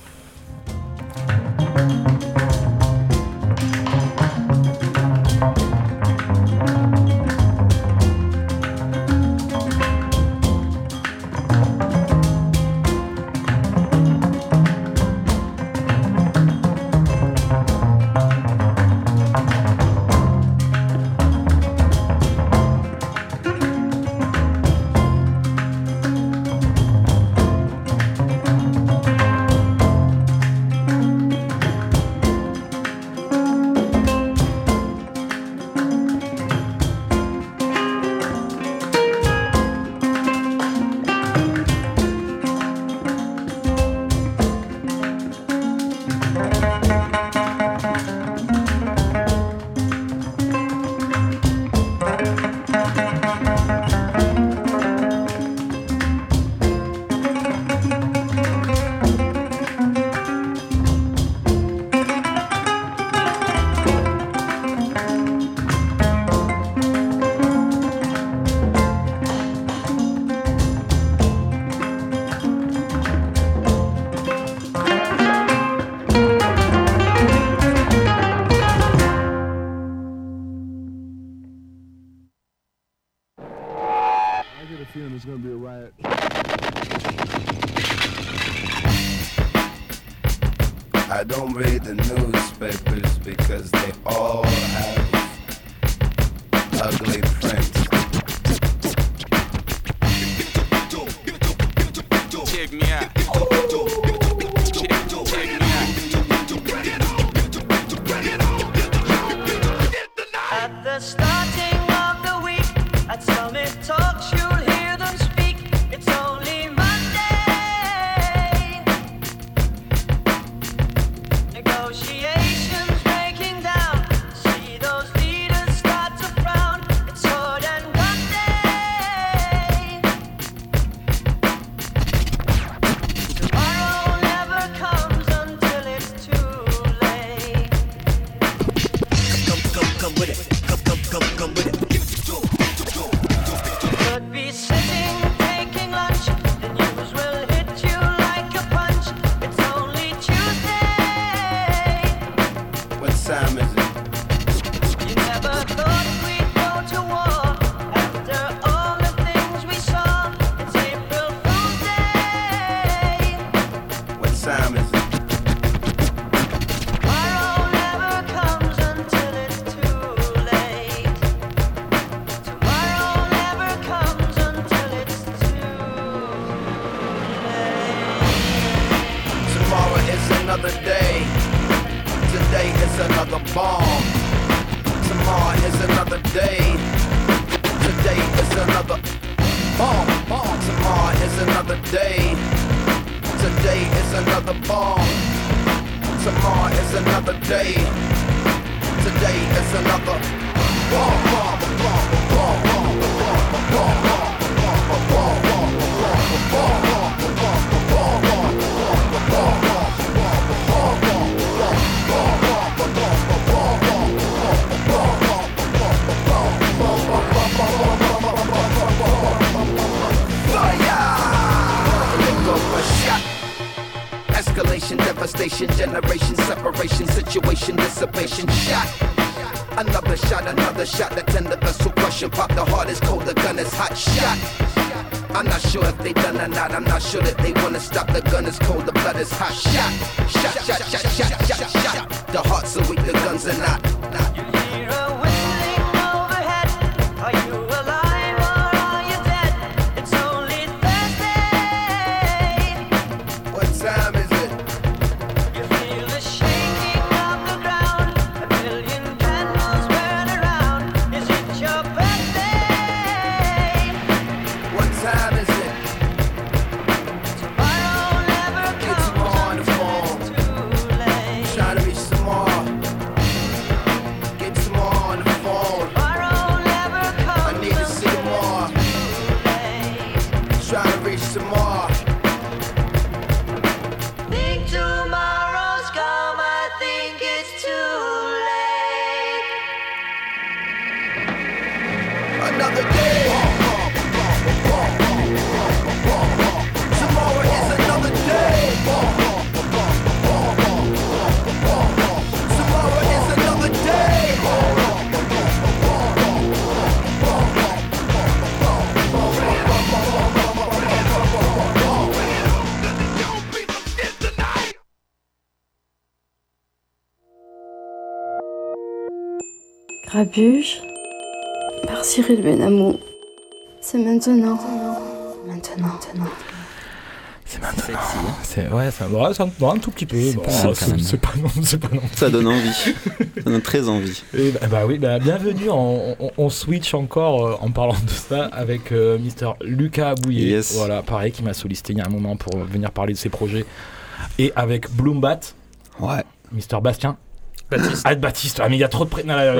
I don't read the newspapers because they all have ugly prints. Check me out. Check, check me out. At the starting of the week, at Summit Talks, you'll hear them speak. It's only Monday. Negotiations breaking down. See those leaders start to frown. It's sword and gun day. Tomorrow never comes until it's too late. Come, come, come with it. Come, come, come, come with it. Could be sitting, taking lunch. The news will hit you like a punch. It's only Tuesday. What time is it? You never thought we'd go to war. After all the things we saw, it's April Fool's Day. What time is it? Tomorrow never comes until it's too late. Tomorrow never comes until it's too late. Tomorrow is another day. Today is another bomb. Tomorrow is another day. Today is another bomb. Bomb. Tomorrow is another day. Today is another bomb. Tomorrow is another day. Today is another bomb. Bomb. Bomb. Bomb. Bomb. Bomb. Bomb. Bomb. Bomb. Escalation, devastation, generation, separation, situation, dissipation, shot. Another shot, another shot, that tender vessel crushing, pop the heart is cold, the gun is hot, shot. I'm not sure if they done or not, I'm not sure that they wanna stop, the gun is cold, the blood is hot, shot. Shot, shot, shot, shot, shot, shot. The hearts are weak, the guns are not. not. You'll hear a Grabuge par Cyril Benamou. C'est maintenant. Maintenant, maintenant. C'est maintenant. C'est, ouais, ça, ouais, c'est un, un tout petit peu. C'est Bon, pas ça, c'est, quand même. c'est pas non, c'est pas non. Ça donne envie. Ça donne très envie. Et bah, bah oui, bah, bienvenue. On, on, on switch encore euh, en parlant de ça avec euh, Mister Lucas Bouillet. Yes. Voilà, pareil, qui m'a sollicité il y a un moment pour venir parler de ses projets. Et avec Bloombat. Ouais. Mister Bastien. Baptiste. Ah, Baptiste. Ah, mais il y a trop de pré... non, non, non.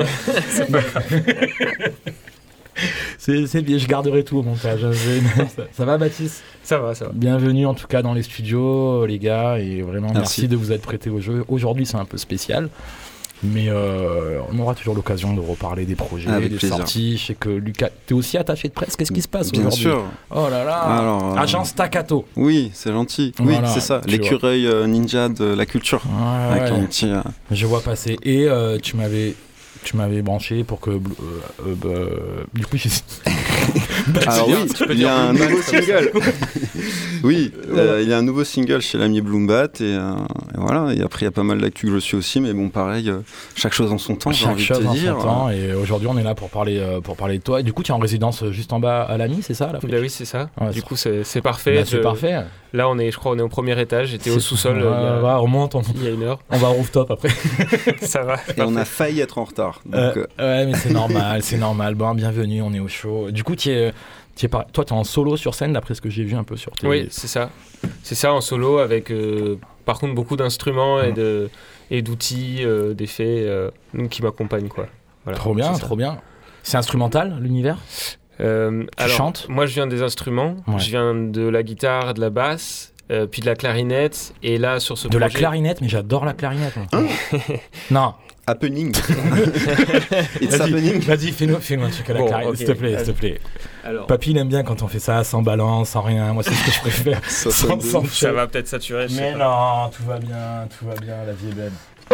C'est, c'est bien, je garderai tout au montage. ça, ça va, Baptiste? Ça va, ça va. Bienvenue en tout cas dans les studios, les gars, et vraiment merci, Merci. de vous être prêtés au jeu. Aujourd'hui, c'est un peu spécial, mais euh, on aura toujours l'occasion de reparler des projets, Avec des plaisir. sorties. Je sais que Lucas, t'es aussi attaché de presse. Qu'est-ce qui se passe Bien aujourd'hui? sûr. Oh là là. Alors, euh, Agence Staccato. Oui, c'est gentil. Oui, Voilà, c'est ça. tu L'écureuil euh, ninja de la culture. Ouais, Avec ouais. un petit. euh, Je vois passer. Et euh, tu m'avais. Tu m'avais branché pour que. Euh, euh, bah, du coup, j'ai. Alors oui, tu peux il y dire a un Bloombat, nouveau comme single. Oui, euh, il y a un nouveau single chez l'ami Bloombat et, euh, et voilà. Et après, il y a pas mal d'actu que je suis aussi, mais bon, pareil, euh, chaque chose en son temps. J'ai Chaque envie chose de te en dire. son temps. Et aujourd'hui, on est là pour parler, euh, pour parler de toi. Et du coup, tu es en résidence juste en bas à l'Ami, c'est ça là? Bah oui, c'est ça. Ouais, du c'est- coup, c'est, c'est parfait. Bah, c'est Je- parfait. Là, on est, je crois, on est au premier étage. J'étais au C'est- sous-sol Ouais, euh, il y a- ouais, on remonte, on, il y a une heure. on va au rooftop après. Ça va. Et on a failli être en retard. Donc, Euh, euh, ouais, mais c'est normal, c'est normal. Bon, bienvenue, on est au show. Du coup, tu es, tu es par... toi, tu es en solo sur scène, d'après ce que j'ai vu un peu sur tes. Oui, c'est ça. C'est ça en solo avec, euh, par contre, beaucoup d'instruments et, de, et d'outils, euh, d'effets euh, donc, qui m'accompagnent, quoi. Voilà, Trop bien, c'est ça. trop bien. C'est instrumental, l'univers? Euh, Tu alors, chantes? Moi, je viens des instruments. Ouais. Je viens de la guitare, de la basse, euh, puis de la clarinette. Et là, sur ce De la projet... clarinette, mais j'adore la clarinette. moi. Non. happening. It's Vas-y, happening. vas-y, fais-nous, fais-nous un truc à la Bon, clarinette, ok. s'il te plaît, s'il te plaît. Alors, Papy, il aime bien quand on fait ça sans balance, sans rien. Moi, c'est ce que je préfère. Ça sans, sonne de sans ouf. ça va peut-être saturer. je sais Mais pas. non, tout va bien, tout va bien, la vie est belle.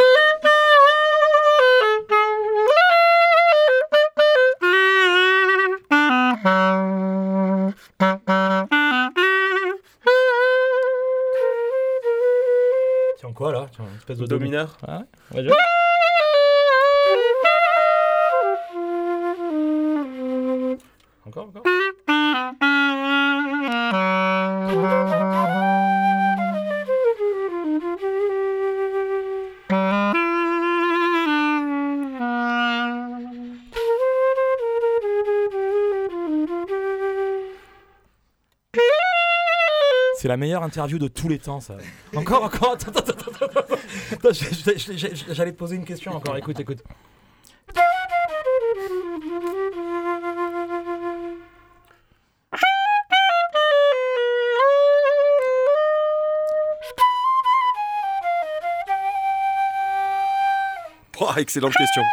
Tiens, quoi là? Tiens, une espèce de Do mineur. Ah ouais, on va jouer. Encore, encore. C'est la meilleure interview de tous les temps, ça. Encore, encore, attends, attends, attends, attends, attends. Attends, je- je- je- je- je- J'allais te poser une question encore, écoute, écoute. Oh, excellente question.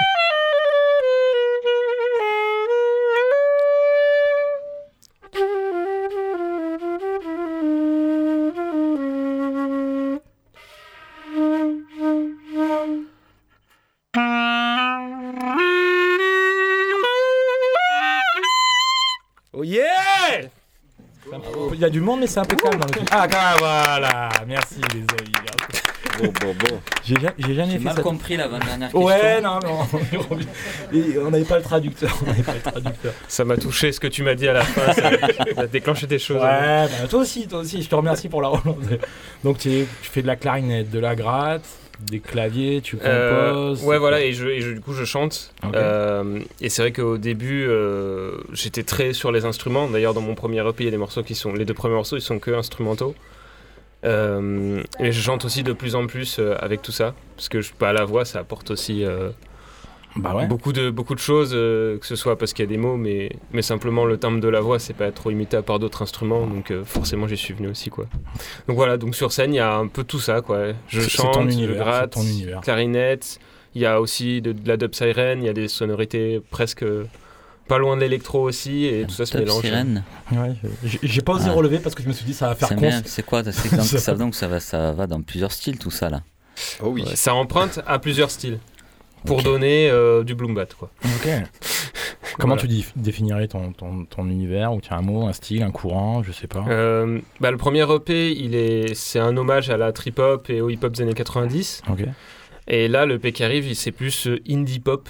Oh yeah! Il y a du monde, mais c'est impeccable dans le truc. Ah, ah, voilà, merci les oreilles. Bon, bon, bon. J'ai ja- j'ai jamais J'ai fait mal ça. compris la dernière question. Ouais, non, non, Et on n'avait pas le traducteur. On n'avait pas le traducteur. Ça m'a touché ce que tu m'as dit à la fin. Ça, ça a déclenché des choses. Ouais, bah, toi aussi, toi aussi, je te remercie pour la relance. Donc tu, es- tu fais de la clarinette, de la gratte, des claviers, tu Euh, composes. ouais, voilà, et, je, et je- du coup je chante. Ok. Euh, et c'est vrai qu'au début, euh, j'étais très sur les instruments. D'ailleurs, dans mon premier E P, il y a des morceaux qui sont. Les deux premiers morceaux, ils sont que instrumentaux. Euh, et je chante aussi de plus en plus euh, avec tout ça. Parce que je, bah, la voix, ça apporte aussi euh, Bah ouais. beaucoup, de, beaucoup de choses, euh, que ce soit parce qu'il y a des mots, mais, mais simplement le timbre de la voix, c'est pas trop imité par d'autres instruments. Donc euh, forcément, j'y suis venu aussi, quoi. Donc voilà, donc sur scène, il y a un peu tout ça, quoi. Je C'est- c'est chante, ton je univers, gratte, c'est ton univers. clarinette. Il y a aussi de, de la dub siren, il y a des sonorités presque pas loin de l'électro aussi, et tout ça se Dub mélange. sirène. Ouais, j'ai- j'ai pas osé Ah. relever parce que je me suis dit ça va faire C'est cons. bien, c'est quoi c'est donc, ça, donc ça va, ça va dans plusieurs styles tout ça là. Oh oui. Ouais, ça emprunte à plusieurs styles pour Ok. donner euh, du bloombat, quoi. Ok. Comment Voilà. tu dif- définirais ton, ton, ton univers? Ou tu as un mot, un style, un courant, je sais pas. Euh, bah, le premier E P, il est, c'est un hommage à la trip-hop et au hip-hop des années quatre-vingt-dix. Ok. Et là, le E P qui arrive, il- c'est plus euh, indie pop.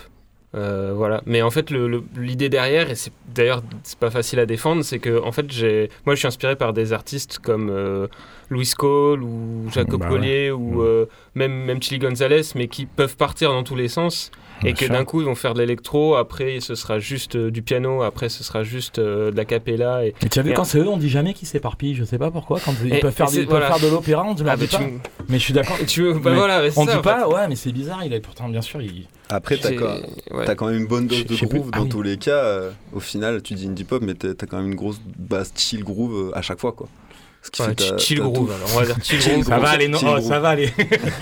Euh, voilà. Mais en fait, le, le, l'idée derrière, et c'est d'ailleurs c'est pas facile à défendre, c'est que en fait, j'ai, moi, je suis inspiré par des artistes comme euh, Louis Cole ou Jacob Bah Collier ouais. ou euh, même même Chili Gonzalez, mais qui peuvent partir dans tous les sens. Bien Et que sûr. d'un coup ils vont faire de l'électro, après ce sera juste euh, du piano, après ce sera juste euh, de la cappella. Et, Et tu as vu, et quand c'est eux, on dit jamais qu'ils s'éparpillent, je sais pas pourquoi. Quand ils Et- peuvent faire, et des- c'est- ils peuvent voilà. faire de l'opéra, on dit Ah, leur mais dit pas. tu- Mais je suis d'accord. Et tu veux- bah Mais voilà, mais c'est on ça, dit en pas, fait. ouais, mais c'est bizarre, il a pourtant, bien sûr, il. Après, t'as J'ai- quand, ouais. t'as quand même une bonne dose Je- de je sais plus. groove Ah dans oui. tous les cas. euh, au final, tu dis indie pop, mais t'as t'as quand même une grosse base chill groove euh, à chaque fois, quoi. Ce qui Ouais, fait que t'as- chill t'as groove, tout. alors, on va dire chill groove. Ça va aller, non, Chill oh, groove. ça va aller.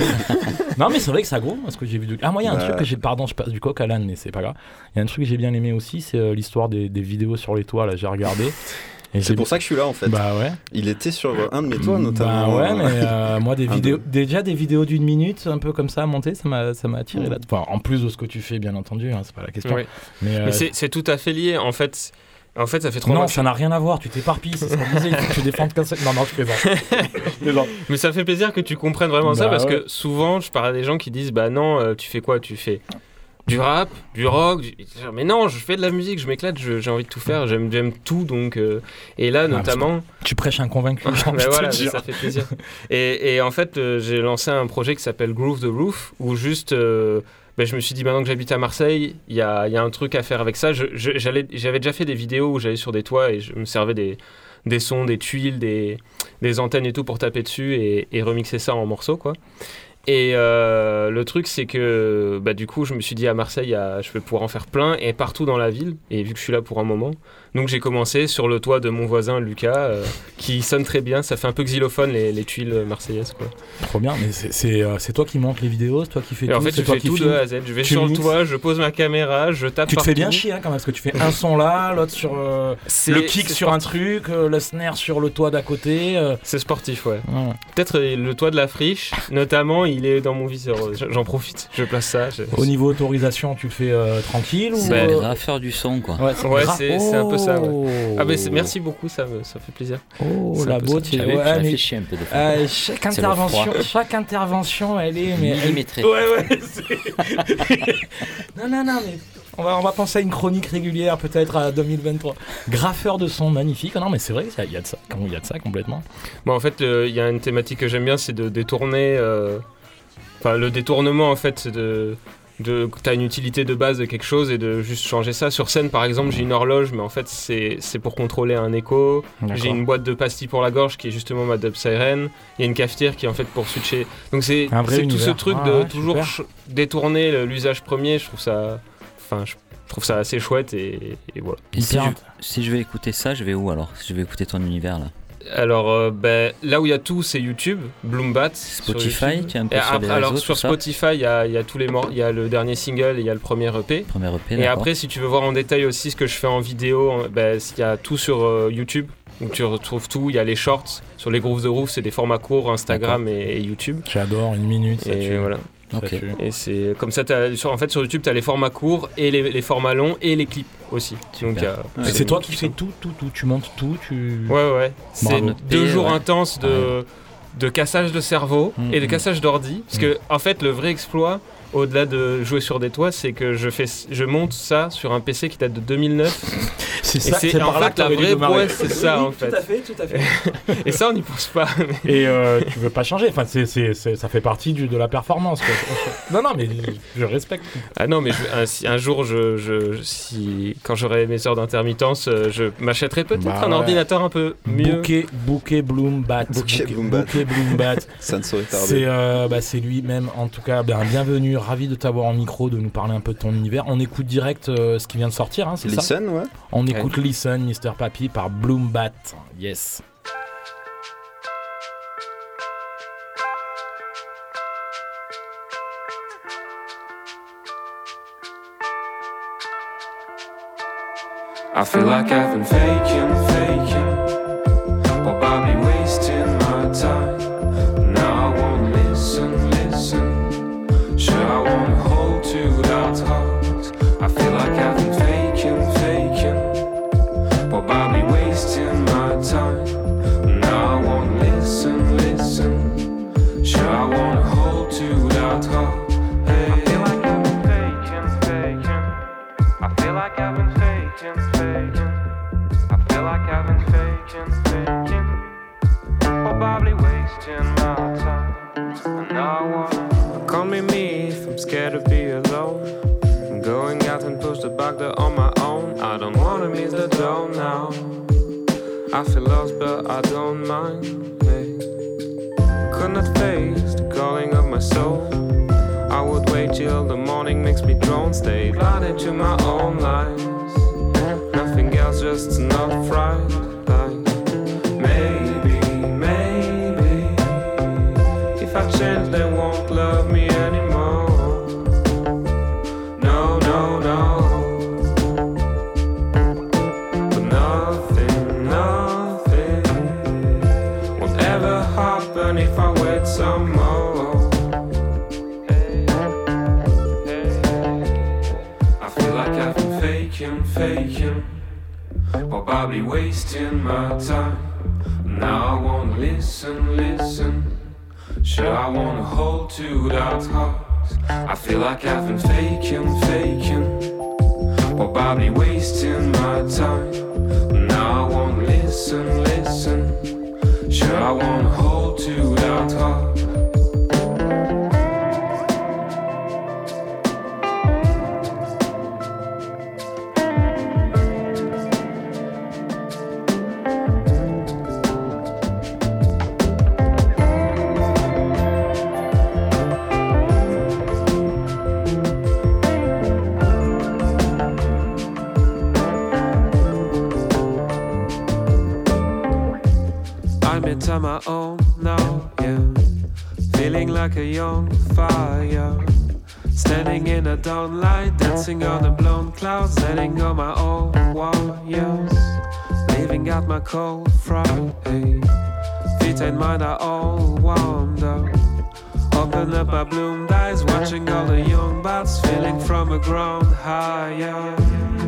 Non, mais c'est vrai que ça groove, parce que j'ai vu. Du... Ah, moi, il y a un Bah. truc que j'ai. Pardon, je passe du coq à l'âne, mais c'est pas grave. Il y a un truc que j'ai bien aimé aussi, c'est euh, l'histoire des, des vidéos sur les toits, là, j'ai regardé. Et C'est j'ai- pour ça que je suis là, en fait. Bah ouais. Il était sur euh, un de mes toits, notamment. Bah ouais, euh, mais euh, moi, des un vidéos, de- déjà des vidéos d'une minute, un peu comme ça à monter, ça m'a, ça m'a attiré là. Enfin, en plus de ce que tu fais, bien entendu, hein, c'est pas la question. Oui. Mais, euh, Mais c'est, c'est tout à fait lié. En fait, en fait ça fait trois non, mois que ça n'a rien à voir, tu t'éparpilles, c'est ce qu'on disait, il faut que tu défendes comme ça. Non, non, je plaisante. Mais ça fait plaisir que tu comprennes vraiment ça Bah parce ouais. que souvent je parle à des gens qui disent bah non euh, tu fais quoi, tu fais du rap, du rock, du... mais non je fais de la musique, je m'éclate, je- j'ai envie de tout faire, j'aime, j'aime tout donc euh, et là Ah, parce notamment que tu prêches un convaincu, j'ai envie bah de te voilà, dire. ça fait plaisir. Et, et en fait euh, j'ai lancé un projet qui s'appelle Groove the Roof où juste euh, bah, je me suis dit maintenant que j'habite à Marseille, il y a, il y a un truc à faire avec ça. Je, je- j'allais, j'avais déjà fait des vidéos où j'allais sur des toits et je me servais des, des sons, des tuiles, des, des antennes et tout pour taper dessus et, et remixer ça en morceaux quoi. Et euh, le truc c'est que bah, du coup je me suis dit à Marseille à- je vais pouvoir en faire plein et partout dans la ville et vu que je suis là pour un moment donc j'ai commencé sur le toit de mon voisin Lucas euh, qui sonne très bien, ça fait un peu xylophone les, les tuiles marseillaises quoi. Trop bien, mais c'est, c'est, euh, c'est toi qui montes les vidéos, c'est toi qui fais Et tout. en fait c'est je toi fais qui tout de filmes. A à Z, je vais Tu sur le mixes. toit, je pose ma caméra, je tape Tu te partout. fais bien chier hein, quand même, parce que tu fais un son là, l'autre sur euh, C'est- le kick c'est sur un sportif. truc, euh, le snare sur le toit d'à côté. euh. C'est sportif, ouais. Ouais. Peut-être euh, le toit de la friche, notamment, il est dans mon viseur. J'en profite, je place ça. je- Au niveau autorisation, tu le fais euh, tranquille ou C'est euh, le graffeur du son, quoi. Ouais, c'est, Ouais, gra- c'est c'est un peu ça. Ouais. Oh. Ah, mais c'est- merci beaucoup, ça, me- ça fait plaisir. Oh, C'est la un peu ça. beauté. Tu avais- tu Ouais, mais- réfléchis un peu des fois. Euh, chaque C'est le intervention, froid. chaque intervention, elle est mais elle- Millimétrée. Ouais, ouais. c'est- non, non, non, mais on va, on va penser à une chronique régulière peut-être à deux mille vingt-trois. Graffeur de son magnifique. Non, mais c'est vrai, il y a de ça. Il y a de ça complètement. Bon, en fait, il y a une thématique que j'aime bien, c'est de détourner. euh, Enfin, le détournement, en fait, c'est de. de tu as une utilité de base de quelque chose et de juste changer ça. Sur scène, par exemple, j'ai une horloge, mais en fait, c'est c'est pour contrôler un écho. D'accord. J'ai une boîte de pastilles pour la gorge qui est justement ma dub siren. Il y a une cafetière qui est en fait pour switcher. Donc, c'est Un vrai c'est tout ce univers. truc Ah de ouais, toujours super. ch- détourner le- l'usage premier. Je trouve ça. Enfin, je je trouve ça assez chouette et, et voilà. Et si Hyper je, si je vais écouter ça, je vais où alors? Si je vais écouter ton univers là. Alors, euh, ben, là où il y a tout, c'est YouTube, Bloombat. sur Spotify, YouTube. tu es un peu Et sur après, les alors réseaux, sur tout ça Spotify, il y a, il y a tous les mor- il y a le dernier single et il y a le premier E P. Premier E P, Et d'accord. après, si tu veux voir en détail aussi ce que je fais en vidéo, en- ben, il y a tout sur euh, YouTube. Donc tu retrouves tout. Il y a les shorts sur les Grooves de Roof, c'est des formats courts, Instagram et, et YouTube. J'adore, une minute, ça Et tue. voilà. Ça Ok. tue. Et c'est comme ça, t'as- sur, en fait, sur YouTube, tu as les formats courts et les, les formats longs et les clips aussi. Donc, Super. euh, Et c'est toi qui fais tout, tout, tout. Tu montes tout, tu. Ouais, ouais, ouais. C'est Bravo. deux Et, jours ouais. intenses de, de cassage de cerveau Mm, et de mm. cassage d'ordi. Parce que, en fait, le vrai exploit, au-delà de jouer sur des toits, c'est que je, fais, je monte ça sur un P C qui date de deux mille neuf. C'est Et ça, c'est c'est en par là fait que la t'aurais dû vraie démarrer. prouesse, c'est ça, Oui, en fait. Tout à fait, tout à fait. Et ça, on n'y pense pas. Et euh, tu veux pas changer, enfin, c'est, c'est, c'est- ça fait partie du, de la performance. Quoi. Non, non, mais je, je respecte. Ah non, mais je- un, si- un jour, je, je, si, quand j'aurai mes heures d'intermittence, euh, je m'achèterai peut-être Bah un ouais. ordinateur un peu mieux. Bouquet, bouquet Bloombat. Bouquet Bloombat. Bouquet Bloombat. Ça ne saurait tarder. C'est, euh, bah, c'est lui-même, en tout cas, ben, bienvenue, ravi de t'avoir en micro, de nous parler un peu de ton univers. On écoute direct euh, ce qui vient de sortir, hein, c'est ça Listen, ouais. On écoute Listen, mister Papy par Bloombat. Yes. I feel like I've been faking, faking, while I be wasting my time. Now I won't listen, listen. Sure, I wanna hold to that heart. I feel like I've been faking, faking, while I be wasting my time. Now I won't listen, listen. Sure, I wanna hold to that heart. Hey. I feel like I've been faking, faking. wasting my time. And I wanna call me me if I'm scared to be alone. I'm going out and push the back door on my own. I don't wanna miss the door now. I feel lost but I don't mind. Hey. Could not face the calling of my soul. I would wait till the morning makes me drown. Stay blinded to my own lies. Nothing else, just enough fright. Like, maybe, maybe if I change they won't love me anymore. No, no, no. But nothing, nothing won't ever happen if I wait some more. Hey, hey. I feel like I've been faking, faking, probably wasting my time. Now I wanna listen, listen. Sure, I wanna hold to that heart. I feel like I've been faking, faking, probably wasting my time. Now I wanna listen, listen. Sure, I wanna hold to that heart. On my own now, yeah. Feeling like a young fire. Standing in the dawnlight, dancing on the blown clouds, letting go my old warriors. Leaving out my cold Friday. Feet and mind are all warmed up. Open up my bloomed eyes, watching all the young bats, feeling from a ground higher.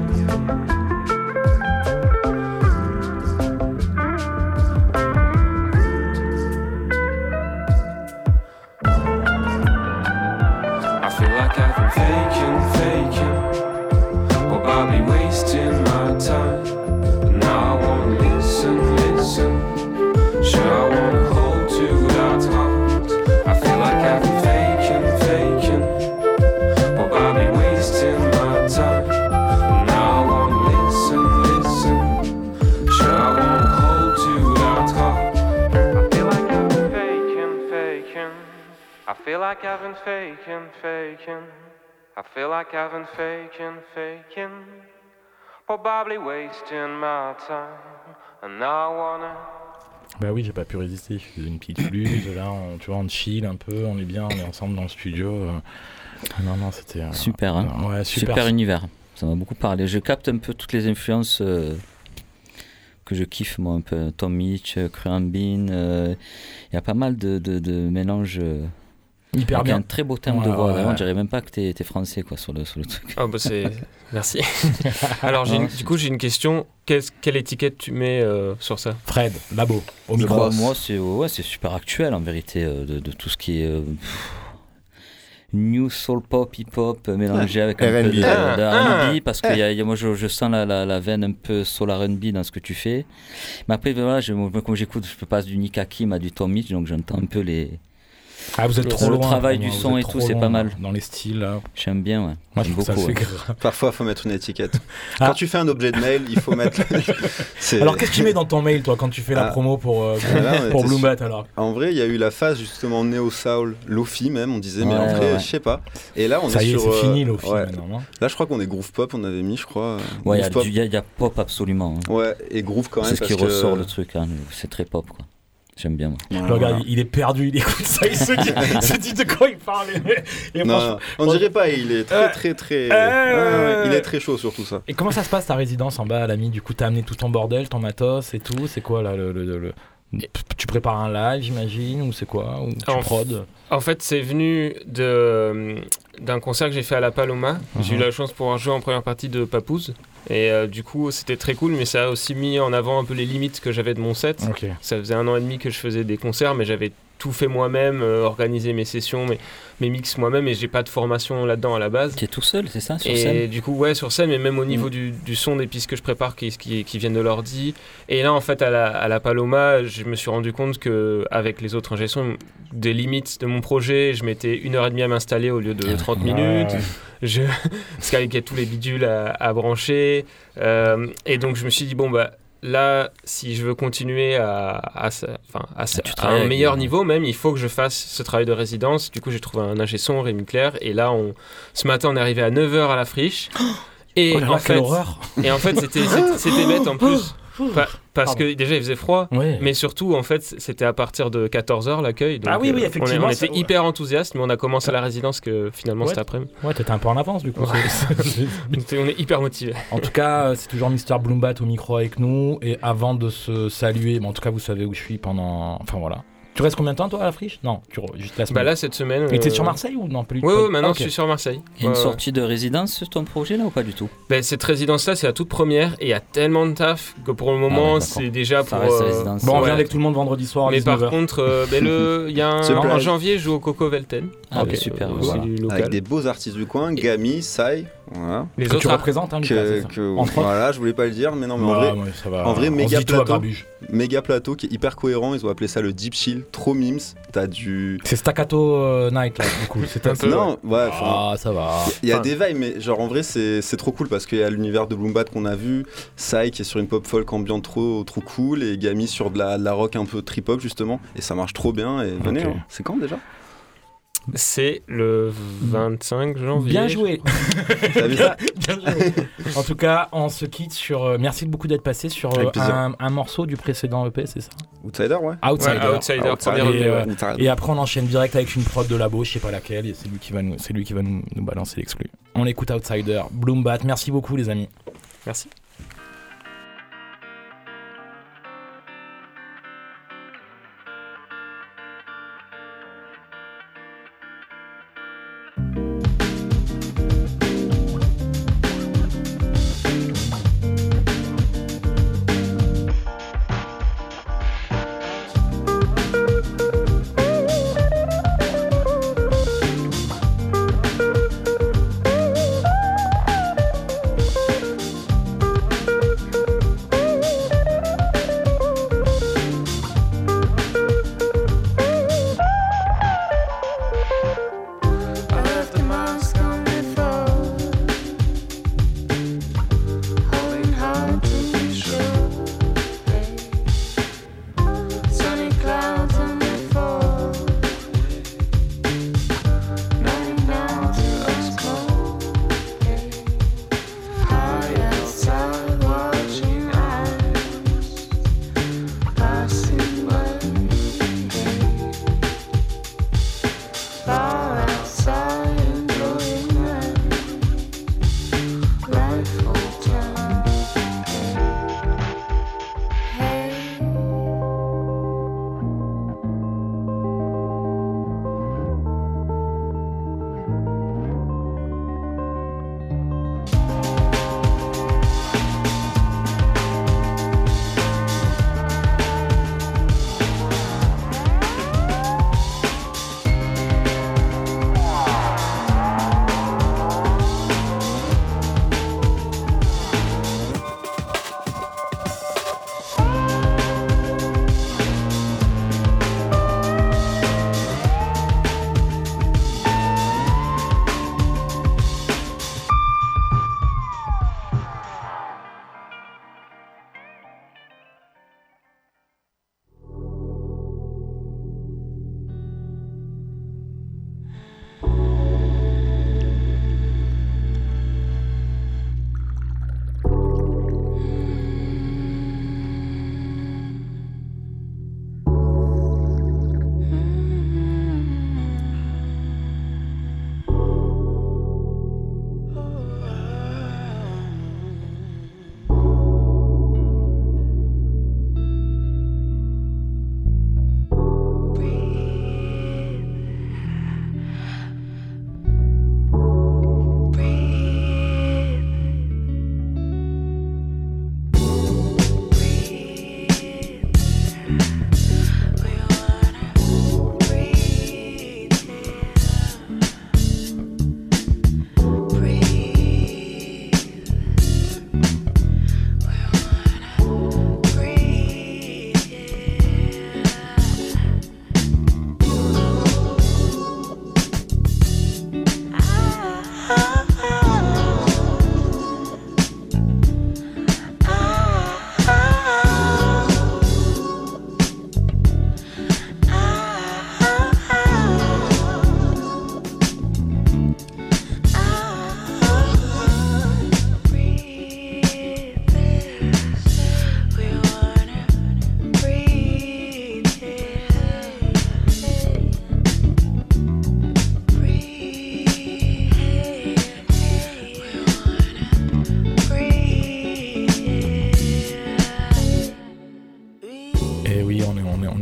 Faking, faking, probably wasting my time. But now I wanna listen, listen. Sure, I wanna hold to that heart. I feel like I've been faking, faking, probably wasting my time. But now I wanna listen, listen. Sure, I wanna hold to that heart. I feel like I've been faking, faking. I feel like I've been faking, faking. I feel like I've been faking, faking, probably wasting my time, and now I wanna. Bah oui, j'ai pas pu résister, je faisais une petite flûte, là, on, tu vois, on chill un peu, on est bien, on est ensemble dans le studio. Euh... Non, non, c'était... Euh... Super, hein ouais, super, super univers, ça m'a beaucoup parlé. Je capte un peu toutes les influences euh, que je kiffe, moi, un peu. Tom Mitch, Cruambin, il euh, y a pas mal de, de, de mélanges... Euh, Hyper bien. Un très beau terme ouais, de voix. Ouais, Vraiment, ouais. je dirais même pas que t'es, t'es français quoi, sur, le, sur le truc. Ah bah c'est... Merci. Alors, j'ai une... du coup, j'ai une question. Quelle, quelle étiquette tu mets euh, sur ça ? Fred, Labo, au bah, micro. Moi, c'est, ouais, c'est super actuel en vérité, euh, de, de tout ce qui est... Euh, new soul pop, hip hop mélangé avec un R and B. peu de, de Ah, R and B parce que y a, y a, moi je, je sens la, la, la veine un peu soul R and B dans ce que tu fais. Mais après, voilà, je, comme j'écoute, je passe du Nick Hakim à du Tom Mitch, donc j'entends un peu les. Ah, vous êtes le, trop le loin, travail vraiment, du son et tout, c'est loin, pas mal. Dans les styles, là. J'aime bien, ouais. Moi, J'aime je trouve beaucoup. ça, Ouais. grave. Parfois, il faut mettre une étiquette. Ah. Quand tu fais un objet de mail, il faut mettre. C'est... Alors, qu'est-ce que tu mets dans ton mail, toi, quand tu fais la Ah. promo pour, euh, Là, pour Bloom Bat, alors ? En vrai, il y a eu la phase justement néo-soul, Lofi même, on disait, mais Ouais, en vrai, ouais. je sais pas. Et là, on Ça est y est, sur. c'est euh, fini, Lofi, ouais. maintenant, non ? Là, je crois qu'on est groove pop, on avait mis, je crois. Ouais, groove il y, y, y a pop absolument. Hein. Ouais, et groove quand même. C'est ce qui parce que... ressort le truc, hein. C'est très pop, quoi. J'aime bien, moi. Ouais, Regarde, voilà. il est perdu, il écoute ça, il se dit, il se dit de quoi il parle. Et, et Non, franchement- on dirait pas, il est très Euh, très très. euh, Ouais, ouais, il est très chaud sur tout ça. Et comment ça se passe ta résidence en bas à l'ami ? Du coup, t'as amené tout ton bordel, ton matos et tout. C'est quoi là le, le, le- le- Tu prépares un live, j'imagine, ou c'est quoi ? Ou tu En- prod ? En fait, c'est venu de, d'un concert que j'ai fait à la Paloma. J'ai eu Mhm. la chance de pouvoir jouer en première partie de Papouze. Et euh, du coup, c'était très cool, mais ça a aussi mis en avant un peu les limites que j'avais de mon set. Ok. Ça faisait un an et demi que je faisais des concerts, mais j'avais tout fait moi-même, euh, organiser mes sessions, mes, mes mix moi-même, et j'ai pas de formation là-dedans à la base. Tu es tout seul, c'est ça, sur et scène? Et du coup, ouais, sur scène, mais même au niveau Mm. du, du son des pistes que je prépare qui, qui, qui viennent de l'ordi. Et là, en fait, à la, à la Paloma, je me suis rendu compte qu'avec les autres ingé sons, des limites de mon projet, je mettais une heure et demie à m'installer au lieu de trente minutes. Ouais. Je... Parce qu'avec il y a tous les bidules à, à brancher. Euh, et donc, je me suis dit, bon, bah. Là, si je veux continuer à, à, enfin, à, à un meilleur niveau même, il faut que je fasse ce travail de résidence. Du coup, j'ai trouvé un ingé son, Rémi Claire, et là, on, ce matin, on est arrivé à neuf heures à la friche. Et, oh là là, en fait, quelle horreur. et en fait, c'était, c'était, c'était bête en plus. Pa- parce Pardon. que déjà il faisait froid, Ouais. mais surtout en fait c'était à partir de quatorze heures l'accueil. Donc, Ah oui, oui, euh, effectivement, On, est- on ça- était hyper enthousiastes, mais on a commencé la résidence que finalement Ouais. cet après-midi. Ouais, t'étais un peu en avance du coup. Ouais. C'est- Donc, on est hyper motivés. En tout cas, euh, c'est toujours Mister Bloombat au micro avec nous. Et avant de se saluer, bon, en tout cas, vous savez où je suis pendant. Enfin voilà. Tu restes combien de temps toi à la friche? Non, tu re... juste la semaine. Bah là cette semaine. Mais t'es euh, sur Marseille ou non? Oui, oui, maintenant Ah, ok. je suis sur Marseille. Il y a une Ouais, sortie de résidence sur ton projet là ou pas du tout? Ben, cette résidence-là, c'est la toute première et il y a tellement de taf que pour le moment, Ah ouais, c'est déjà Ça pour. reste euh, résidence. Bon, on ouais. vient avec tout le monde vendredi soir à Mais dix-neuf par heures. contre, euh, ben, le, il y a un, Se plaît. en janvier, je joue au Coco Velten. Ah, Ok, bah, super, euh, voilà. aussi du local. Avec des beaux artistes du coin, Gami, Sai, voilà. Les Que autres tu ar- représentes, hein, Lucas, Que, c'est ça que- Entre autres. voilà, je voulais pas le dire, mais non, mais en Ouais, vrai, ouais, ça va. en vrai, On se méga dit tout à plateau. Grabuge. méga plateau qui est hyper cohérent. Ils ont appelé ça le Deep Chill, trop mimes. T'as du. C'est Staccato euh, Night là, du coup. C'est Un peu, Non, ouais, enfin, Ah, ça va. il y a Enfin- des vibes, mais genre en vrai, c'est c'est trop cool parce qu'il y a l'univers de Bloombat qu'on a vu, Sai qui est sur une pop folk ambiante trop, trop cool, et Gami sur de la, de la rock un peu trip-hop justement. Et ça marche trop bien. Et venez, Ok. hein. C'est quand déjà? C'est le vingt-cinq janvier. Bien joué. T'as vu ça? Bien joué. En tout cas, on se quitte sur. euh, merci beaucoup d'être passé sur euh, Avec plaisir. un, un morceau du précédent E P, c'est ça? Outsider, ouais. Outsider. Ouais, Outsider, Outsider. première Et, E P, euh, ouais. Outsider. Et après, on enchaîne direct avec une prod de labo, je sais pas laquelle, et c'est lui qui va nous, c'est lui qui va nous, nous balancer l'exclu. On écoute Outsider, Bloombat. Merci beaucoup, les amis. Merci. Thank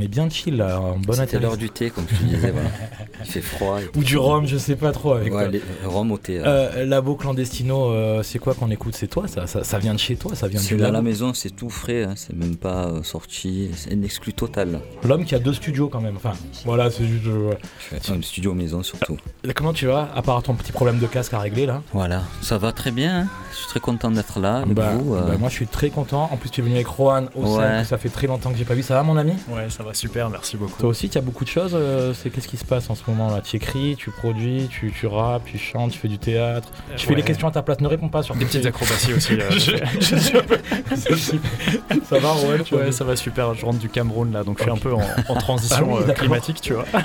est bien chill là, en bonne C'était l'heure du thé, comme tu disais, voilà. Il fait froid. Ou du rhum, je sais pas trop avec ouais, toi. Les, rhum au thé. Euh, Labo Clandestino, euh, c'est quoi qu'on écoute? C'est toi, ça, ça, ça vient de chez toi, ça vient c'est du à labo. la maison, c'est tout frais, hein, c'est même pas euh, sorti, c'est une exclu totale. L'homme qui a deux studios quand même, enfin, voilà, c'est juste... Euh, je fais un studio maison surtout. Euh, comment tu vas, à part ton petit problème de casque à régler là? Voilà, ça va très bien, hein. Je suis très content d'être là avec bah, vous. Euh... Bah, moi je suis très content, en plus tu es venu avec Rohan au ouais. que ça fait très longtemps que j'ai pas vu, ça va mon ami? Ouais, ça va super, merci beaucoup. Toi aussi, tu as beaucoup de choses, euh, c'est qu'est-ce qui se passe en ce moment là? Tu écris, tu produis, tu, tu rappes, tu chantes, tu fais du théâtre, euh, tu ouais. fais les questions à ta place, ne réponds pas sur des petites acrobaties aussi. Euh, je, je, je, ça va Rohan? Ouais, ça va super, je rentre du Cameroun là, donc okay. je suis un peu en, en transition ah oui, euh, climatique, tu vois.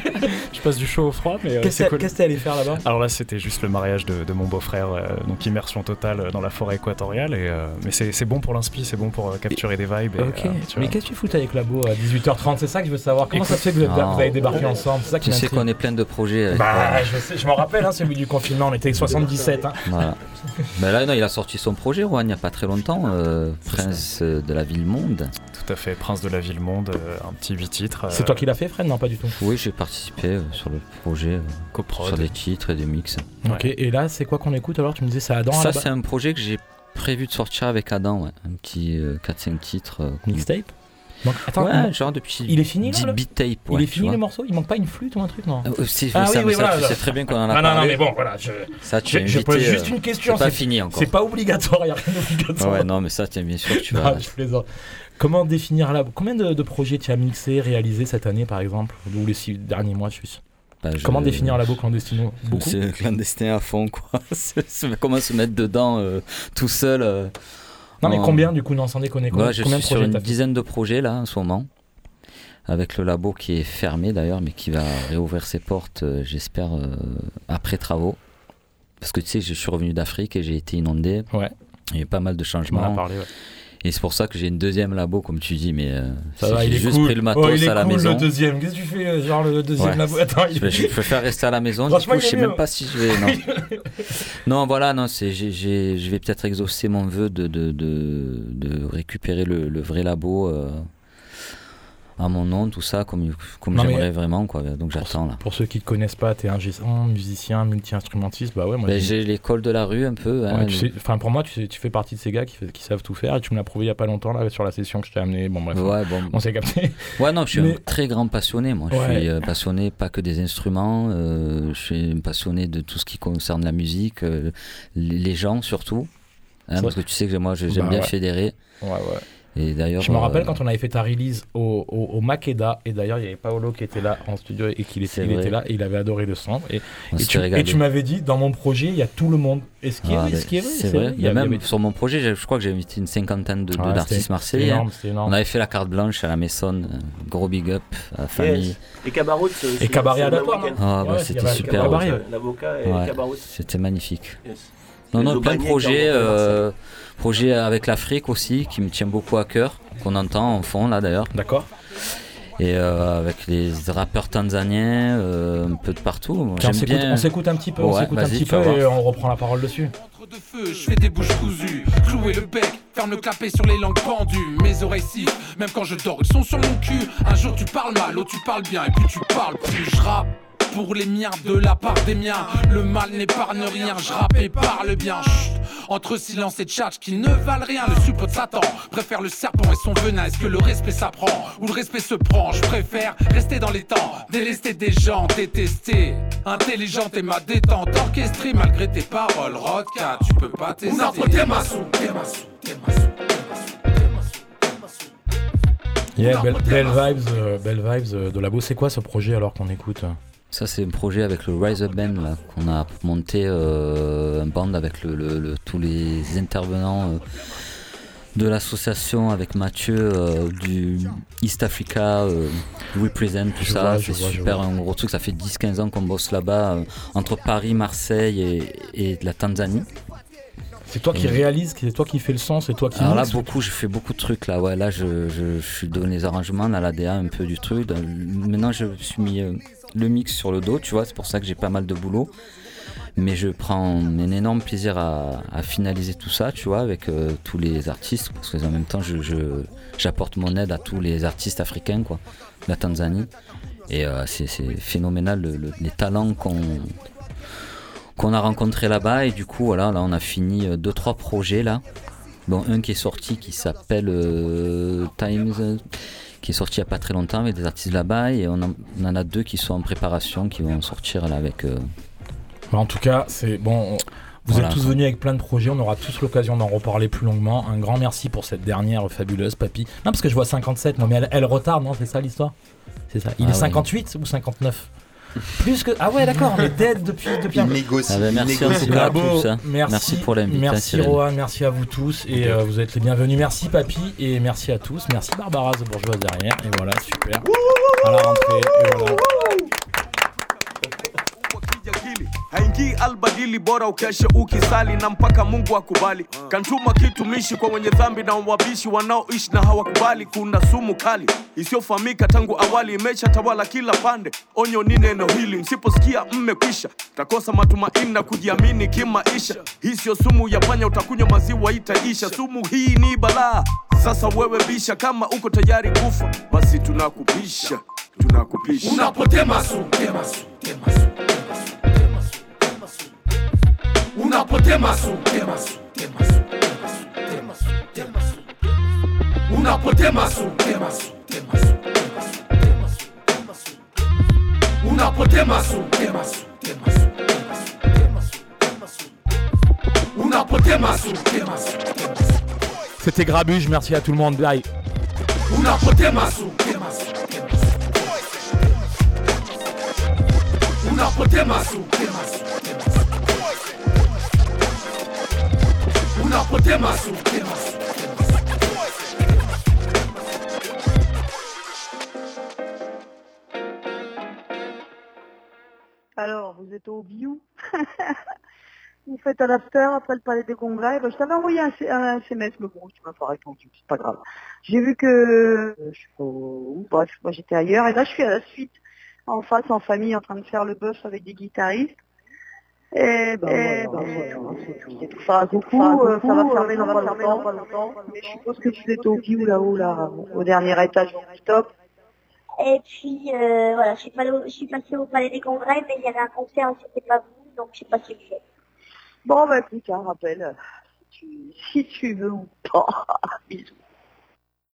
Je passe du chaud au froid, mais euh, qu'est-ce c'est cool. Qu'est-ce que t'es allé faire là-bas? Alors là, c'était juste le mariage de, de mon beau-frère, euh, donc immersion totale dans la forêt équatoriale, et, euh, mais c'est, c'est bon pour l'inspi, c'est bon pour euh, capturer des vibes. Et, ok, euh, mais qu'est-ce que tu fous avec Labo à dix-huit heures trente? C'est ça que je veux savoir. Comment Écoute, ça se fait que vous, êtes, vous avez débarqué ensemble? C'est ça qui tu sais qu'on est plein de projets. Avec bah, euh... je, sais, je m'en rappelle, hein, celui du confinement, on était soixante-dix-sept. Hein. Voilà. Mais là, non, il a sorti son projet, Rohan, il n'y a pas très longtemps, euh, Prince de la Ville Monde. Tout à fait, Prince de la Ville Monde, euh, un petit huit titres. C'est euh... toi qui l'as fait, Fred? Non, pas du tout. Oui, j'ai participé euh, sur le projet, euh, Coprod. Sur des titres et des mix. Ok, ouais. Et là, c'est quoi qu'on écoute alors? Tu me disais, c'est Adam? Ça, c'est un projet que j'ai prévu de sortir avec Adam, ouais. Un petit euh, quatre cinq titres. Euh, Mixtape? Donc, attends, ouais, il... genre depuis il est fini là, beat tape. Il ouais, est fini le morceau? Il manque pas une flûte ou un truc, non? euh, si, ah, ça, oui, oui, ça, voilà, tu sais très bien qu'on en a ah, parlé. Non, non, mais bon, voilà. Je, ça, tu je, invité, je pose juste une question. C'est pas fini encore. C'est pas obligatoire, il n'y a rien d'obligatoire. Ouais, non, mais ça, tiens, bien sûr que tu vas. Non, je plaisante. Comment définir là? Combien de, de projets tu as mixé, réalisé cette année par exemple? Ou les six derniers mois, je suis. Bah, je... Comment définir Labo Clandestino? Beaucoup. C'est clandestin à fond, quoi. c'est, c'est, comment se mettre dedans euh, tout seul euh, Non, mais en... combien du coup? Non, sans déconner. Combien, ouais, je combien suis sur une dizaine de projets là en ce moment. Avec le labo qui est fermé d'ailleurs, mais qui va réouvrir ses portes, euh, j'espère, euh, après travaux. Parce que tu sais, je suis revenu d'Afrique et j'ai été inondé. Ouais. Il y a eu pas mal de changements. On en a parlé, ouais. Et c'est pour ça que j'ai une deuxième labo, comme tu dis, mais euh, ça va, j'ai il est juste cool. pris le matos oh, il est à la cool, maison. Le deuxième, qu'est-ce que tu fais, genre le deuxième ouais. labo? Attends, il... je, je préfère rester à la maison. Du coup, je sais même pas si je vais. Non, non voilà, non, c'est, j'ai, j'ai, je vais peut-être exaucer mon vœu de, de, de, de récupérer le, le vrai labo. Euh, à mon nom, tout ça, comme, comme non, j'aimerais vraiment, quoi. Donc j'attends là. Pour ceux qui ne te connaissent pas, tu es un musicien, multi-instrumentiste, bah ouais, moi. Ben, j'ai l'école de la rue un peu. Hein, ouais, tu sais, enfin, pour moi, tu, sais, tu fais partie de ces gars qui, qui savent tout faire et tu me l'as prouvé il n'y a pas longtemps là, sur la session que je t'ai amené. Bon, bref, ouais, bon, on s'est capté. Ouais, non, je suis Mais... un très grand passionné, moi. Ouais. Je suis euh, passionné pas que des instruments, euh, je suis passionné de tout ce qui concerne la musique, euh, les gens surtout. Hein, parce que tu sais que moi, j'aime bah, bien ouais. fédérer. Ouais, ouais. Et d'ailleurs, je me rappelle euh... quand on avait fait ta release au, au, au Makeda, et d'ailleurs il y avait Paolo qui était là en studio et qu'il était, il était là et il avait adoré le son. Et, et, tu, et tu m'avais dit, dans mon projet il y a tout le monde. Et ce qui ah, est, ce qui est vrai, c'est, c'est vrai. vrai. Il y a, il y même avait... sur mon projet, je crois que j'ai invité une cinquantaine de, ah, d'artistes marseillais. C'est énorme, c'est énorme. On avait fait la carte blanche à la Maison, gros big up à la famille. Yes. Et Cabaret, et Cabaret à la fois. Ah bah, ouais, c'était super. Cabaret, l'avocat et ouais, Cabaret. C'était magnifique. Yes. Non, non, plein de projets, euh, projets avec l'Afrique aussi, qui me tient beaucoup à cœur, qu'on entend en fond là d'ailleurs. D'accord. Et euh, avec les rappeurs tanzaniens, euh, un peu de partout. J'aime on, s'écoute, bien... on s'écoute un petit peu, ouais, on s'écoute un petit peu et on reprend la parole dessus. De feu, je fais des bouches cousues, clouer le bec, ferme le clapet sur les langues pendues. Mes oreilles sifflent, même quand je dors, ils sont sur mon cul. Un jour tu parles mal, l'autre tu parles bien, et puis tu parles plus, je rappe. Pour les miens, de la part des miens, le mal n'épargne rien, je rappe et parle bien. Chut. Entre silence et tchatch qui ne valent rien, le suppôt de Satan préfère le serpent et son venin. Est-ce que le respect s'apprend ou le respect se prend? Je préfère rester dans les temps, délester des gens, détester. Intelligente et ma détente, orchestrée malgré tes paroles. Rodka, tu peux pas t'essayer. T'es ma sou, t'es ma sou, t'es ma sou, t'es ma sou, t'es ma sou. Yeah, belle, belle vibes, euh, belle vibes euh, de Labo. C'est quoi ce projet alors qu'on écoute? Ça c'est un projet avec le Rise Up Band là, qu'on a monté, euh, un band avec le, le, le, tous les intervenants euh, de l'association, avec Mathieu euh, du East Africa euh, Represent, tout je ça, vois, c'est vois, super un gros truc, ça fait dix quinze ans qu'on bosse là-bas, euh, entre Paris, Marseille et, et la Tanzanie. C'est toi qui et réalise, c'est toi qui fais le son, c'est toi qui alors là mixe. beaucoup, je fais beaucoup de trucs là, ouais, là je, je, je suis dans les arrangements, dans l'A D A un peu du truc, dans, maintenant je suis mis... Euh, le mix sur le dos, tu vois, c'est pour ça que j'ai pas mal de boulot. Mais je prends un énorme plaisir à, à finaliser tout ça, tu vois, avec euh, tous les artistes, parce que en même temps, je, je, j'apporte mon aide à tous les artistes africains, quoi, de la Tanzanie. Et euh, c'est, c'est phénoménal le, le, les talents qu'on, qu'on a rencontrés là-bas. Et du coup, voilà, là, on a fini euh, deux, trois projets là. Bon, un qui est sorti qui s'appelle euh, Times, euh, qui est sorti il n'y a pas très longtemps avec des artistes là-bas. Et on en, on en a deux qui sont en préparation, qui vont sortir là avec. Euh, En tout cas, c'est bon. Vous voilà. êtes tous venus avec plein de projets. On aura tous l'occasion d'en reparler plus longuement. Un grand merci pour cette dernière fabuleuse, Papy. Non, parce que je vois cinquante-sept. Non, mais elle, elle retarde, non? C'est ça l'histoire? C'est ça. Il ah est ouais. cinquante-huit ou cinquante-neuf? Plus que. Ah ouais, d'accord. Mais dead depuis. depuis il négocie. Ah bah merci, il négocie. Ah bon, tous, hein. merci, merci pour l'invitation. Merci Rohan, merci à vous tous. Et okay. euh, vous êtes les bienvenus. Merci Papy. Et merci à tous. Merci Barbara The Bourgeoise derrière. Et voilà, super. À la rentrée. Et voilà. haingii albadili bora ukeshe ukisali na mpaka Mungu akubali. Kantuma kitumishi kwa wenye dhambi na wabishi wanaoishi na hawakubali. Kuna sumu kali isiyofahamika tangu awali imesha tawala kila pande. Onyo ni neno hili, msiposikia mmekwisha. Takosa matumaini na kujiamini kimaisha. Hii sio sumu ya panya, utakunywa maziwa itaisha. Sumu hii ni balaa. Sasa wewe bisha, kama uko tayari kufa basi tunakupisha, tunakupisha. Unapotema sumu, tema sumu, tema sumu. Unapotema sumu, tema sumu, tema sumu, tema sumu, tema sumu. Unapotema sumu, tema sumu, tema sumu, tema sumu, tema sumu. Unapotema sumu, tema sumu, tema sumu, tema sumu, tema sumu. Unapotema sumu, tema sumu, tema sumu. C'était Grabuge, merci à tout le monde, bye. Unapotema sumu, tema sumu, tema sumu. Unapotema sumu, tema sumu. Unapotema sumu, tema sumu. Alors, vous êtes au Biou. Vous faites un after après le palais des congrès. Ben, je t'avais envoyé un, un S M S, mais bon, tu m'as pas répondu, c'est pas grave. J'ai vu que euh, je sais pas où, bref, moi j'étais ailleurs, et là je suis à la suite, en face, en famille, en train de faire le bœuf avec des guitaristes. Et ben, et voilà, ben c'est tout, c'est tout. C'est tout. Enfin, beaucoup, euh, ça va fermer dans pas longtemps, mais je suppose que vous êtes au Biou là-haut, là, au dernier étage du top. Et puis, euh, voilà, je suis, pas au, je suis passée au Palais des Congrès, mais il y avait un concert, c'était pas vous, donc je sais pas si vous êtes. Bon, bah écoute, un rappel, si tu, si tu veux ou pas. Bisous.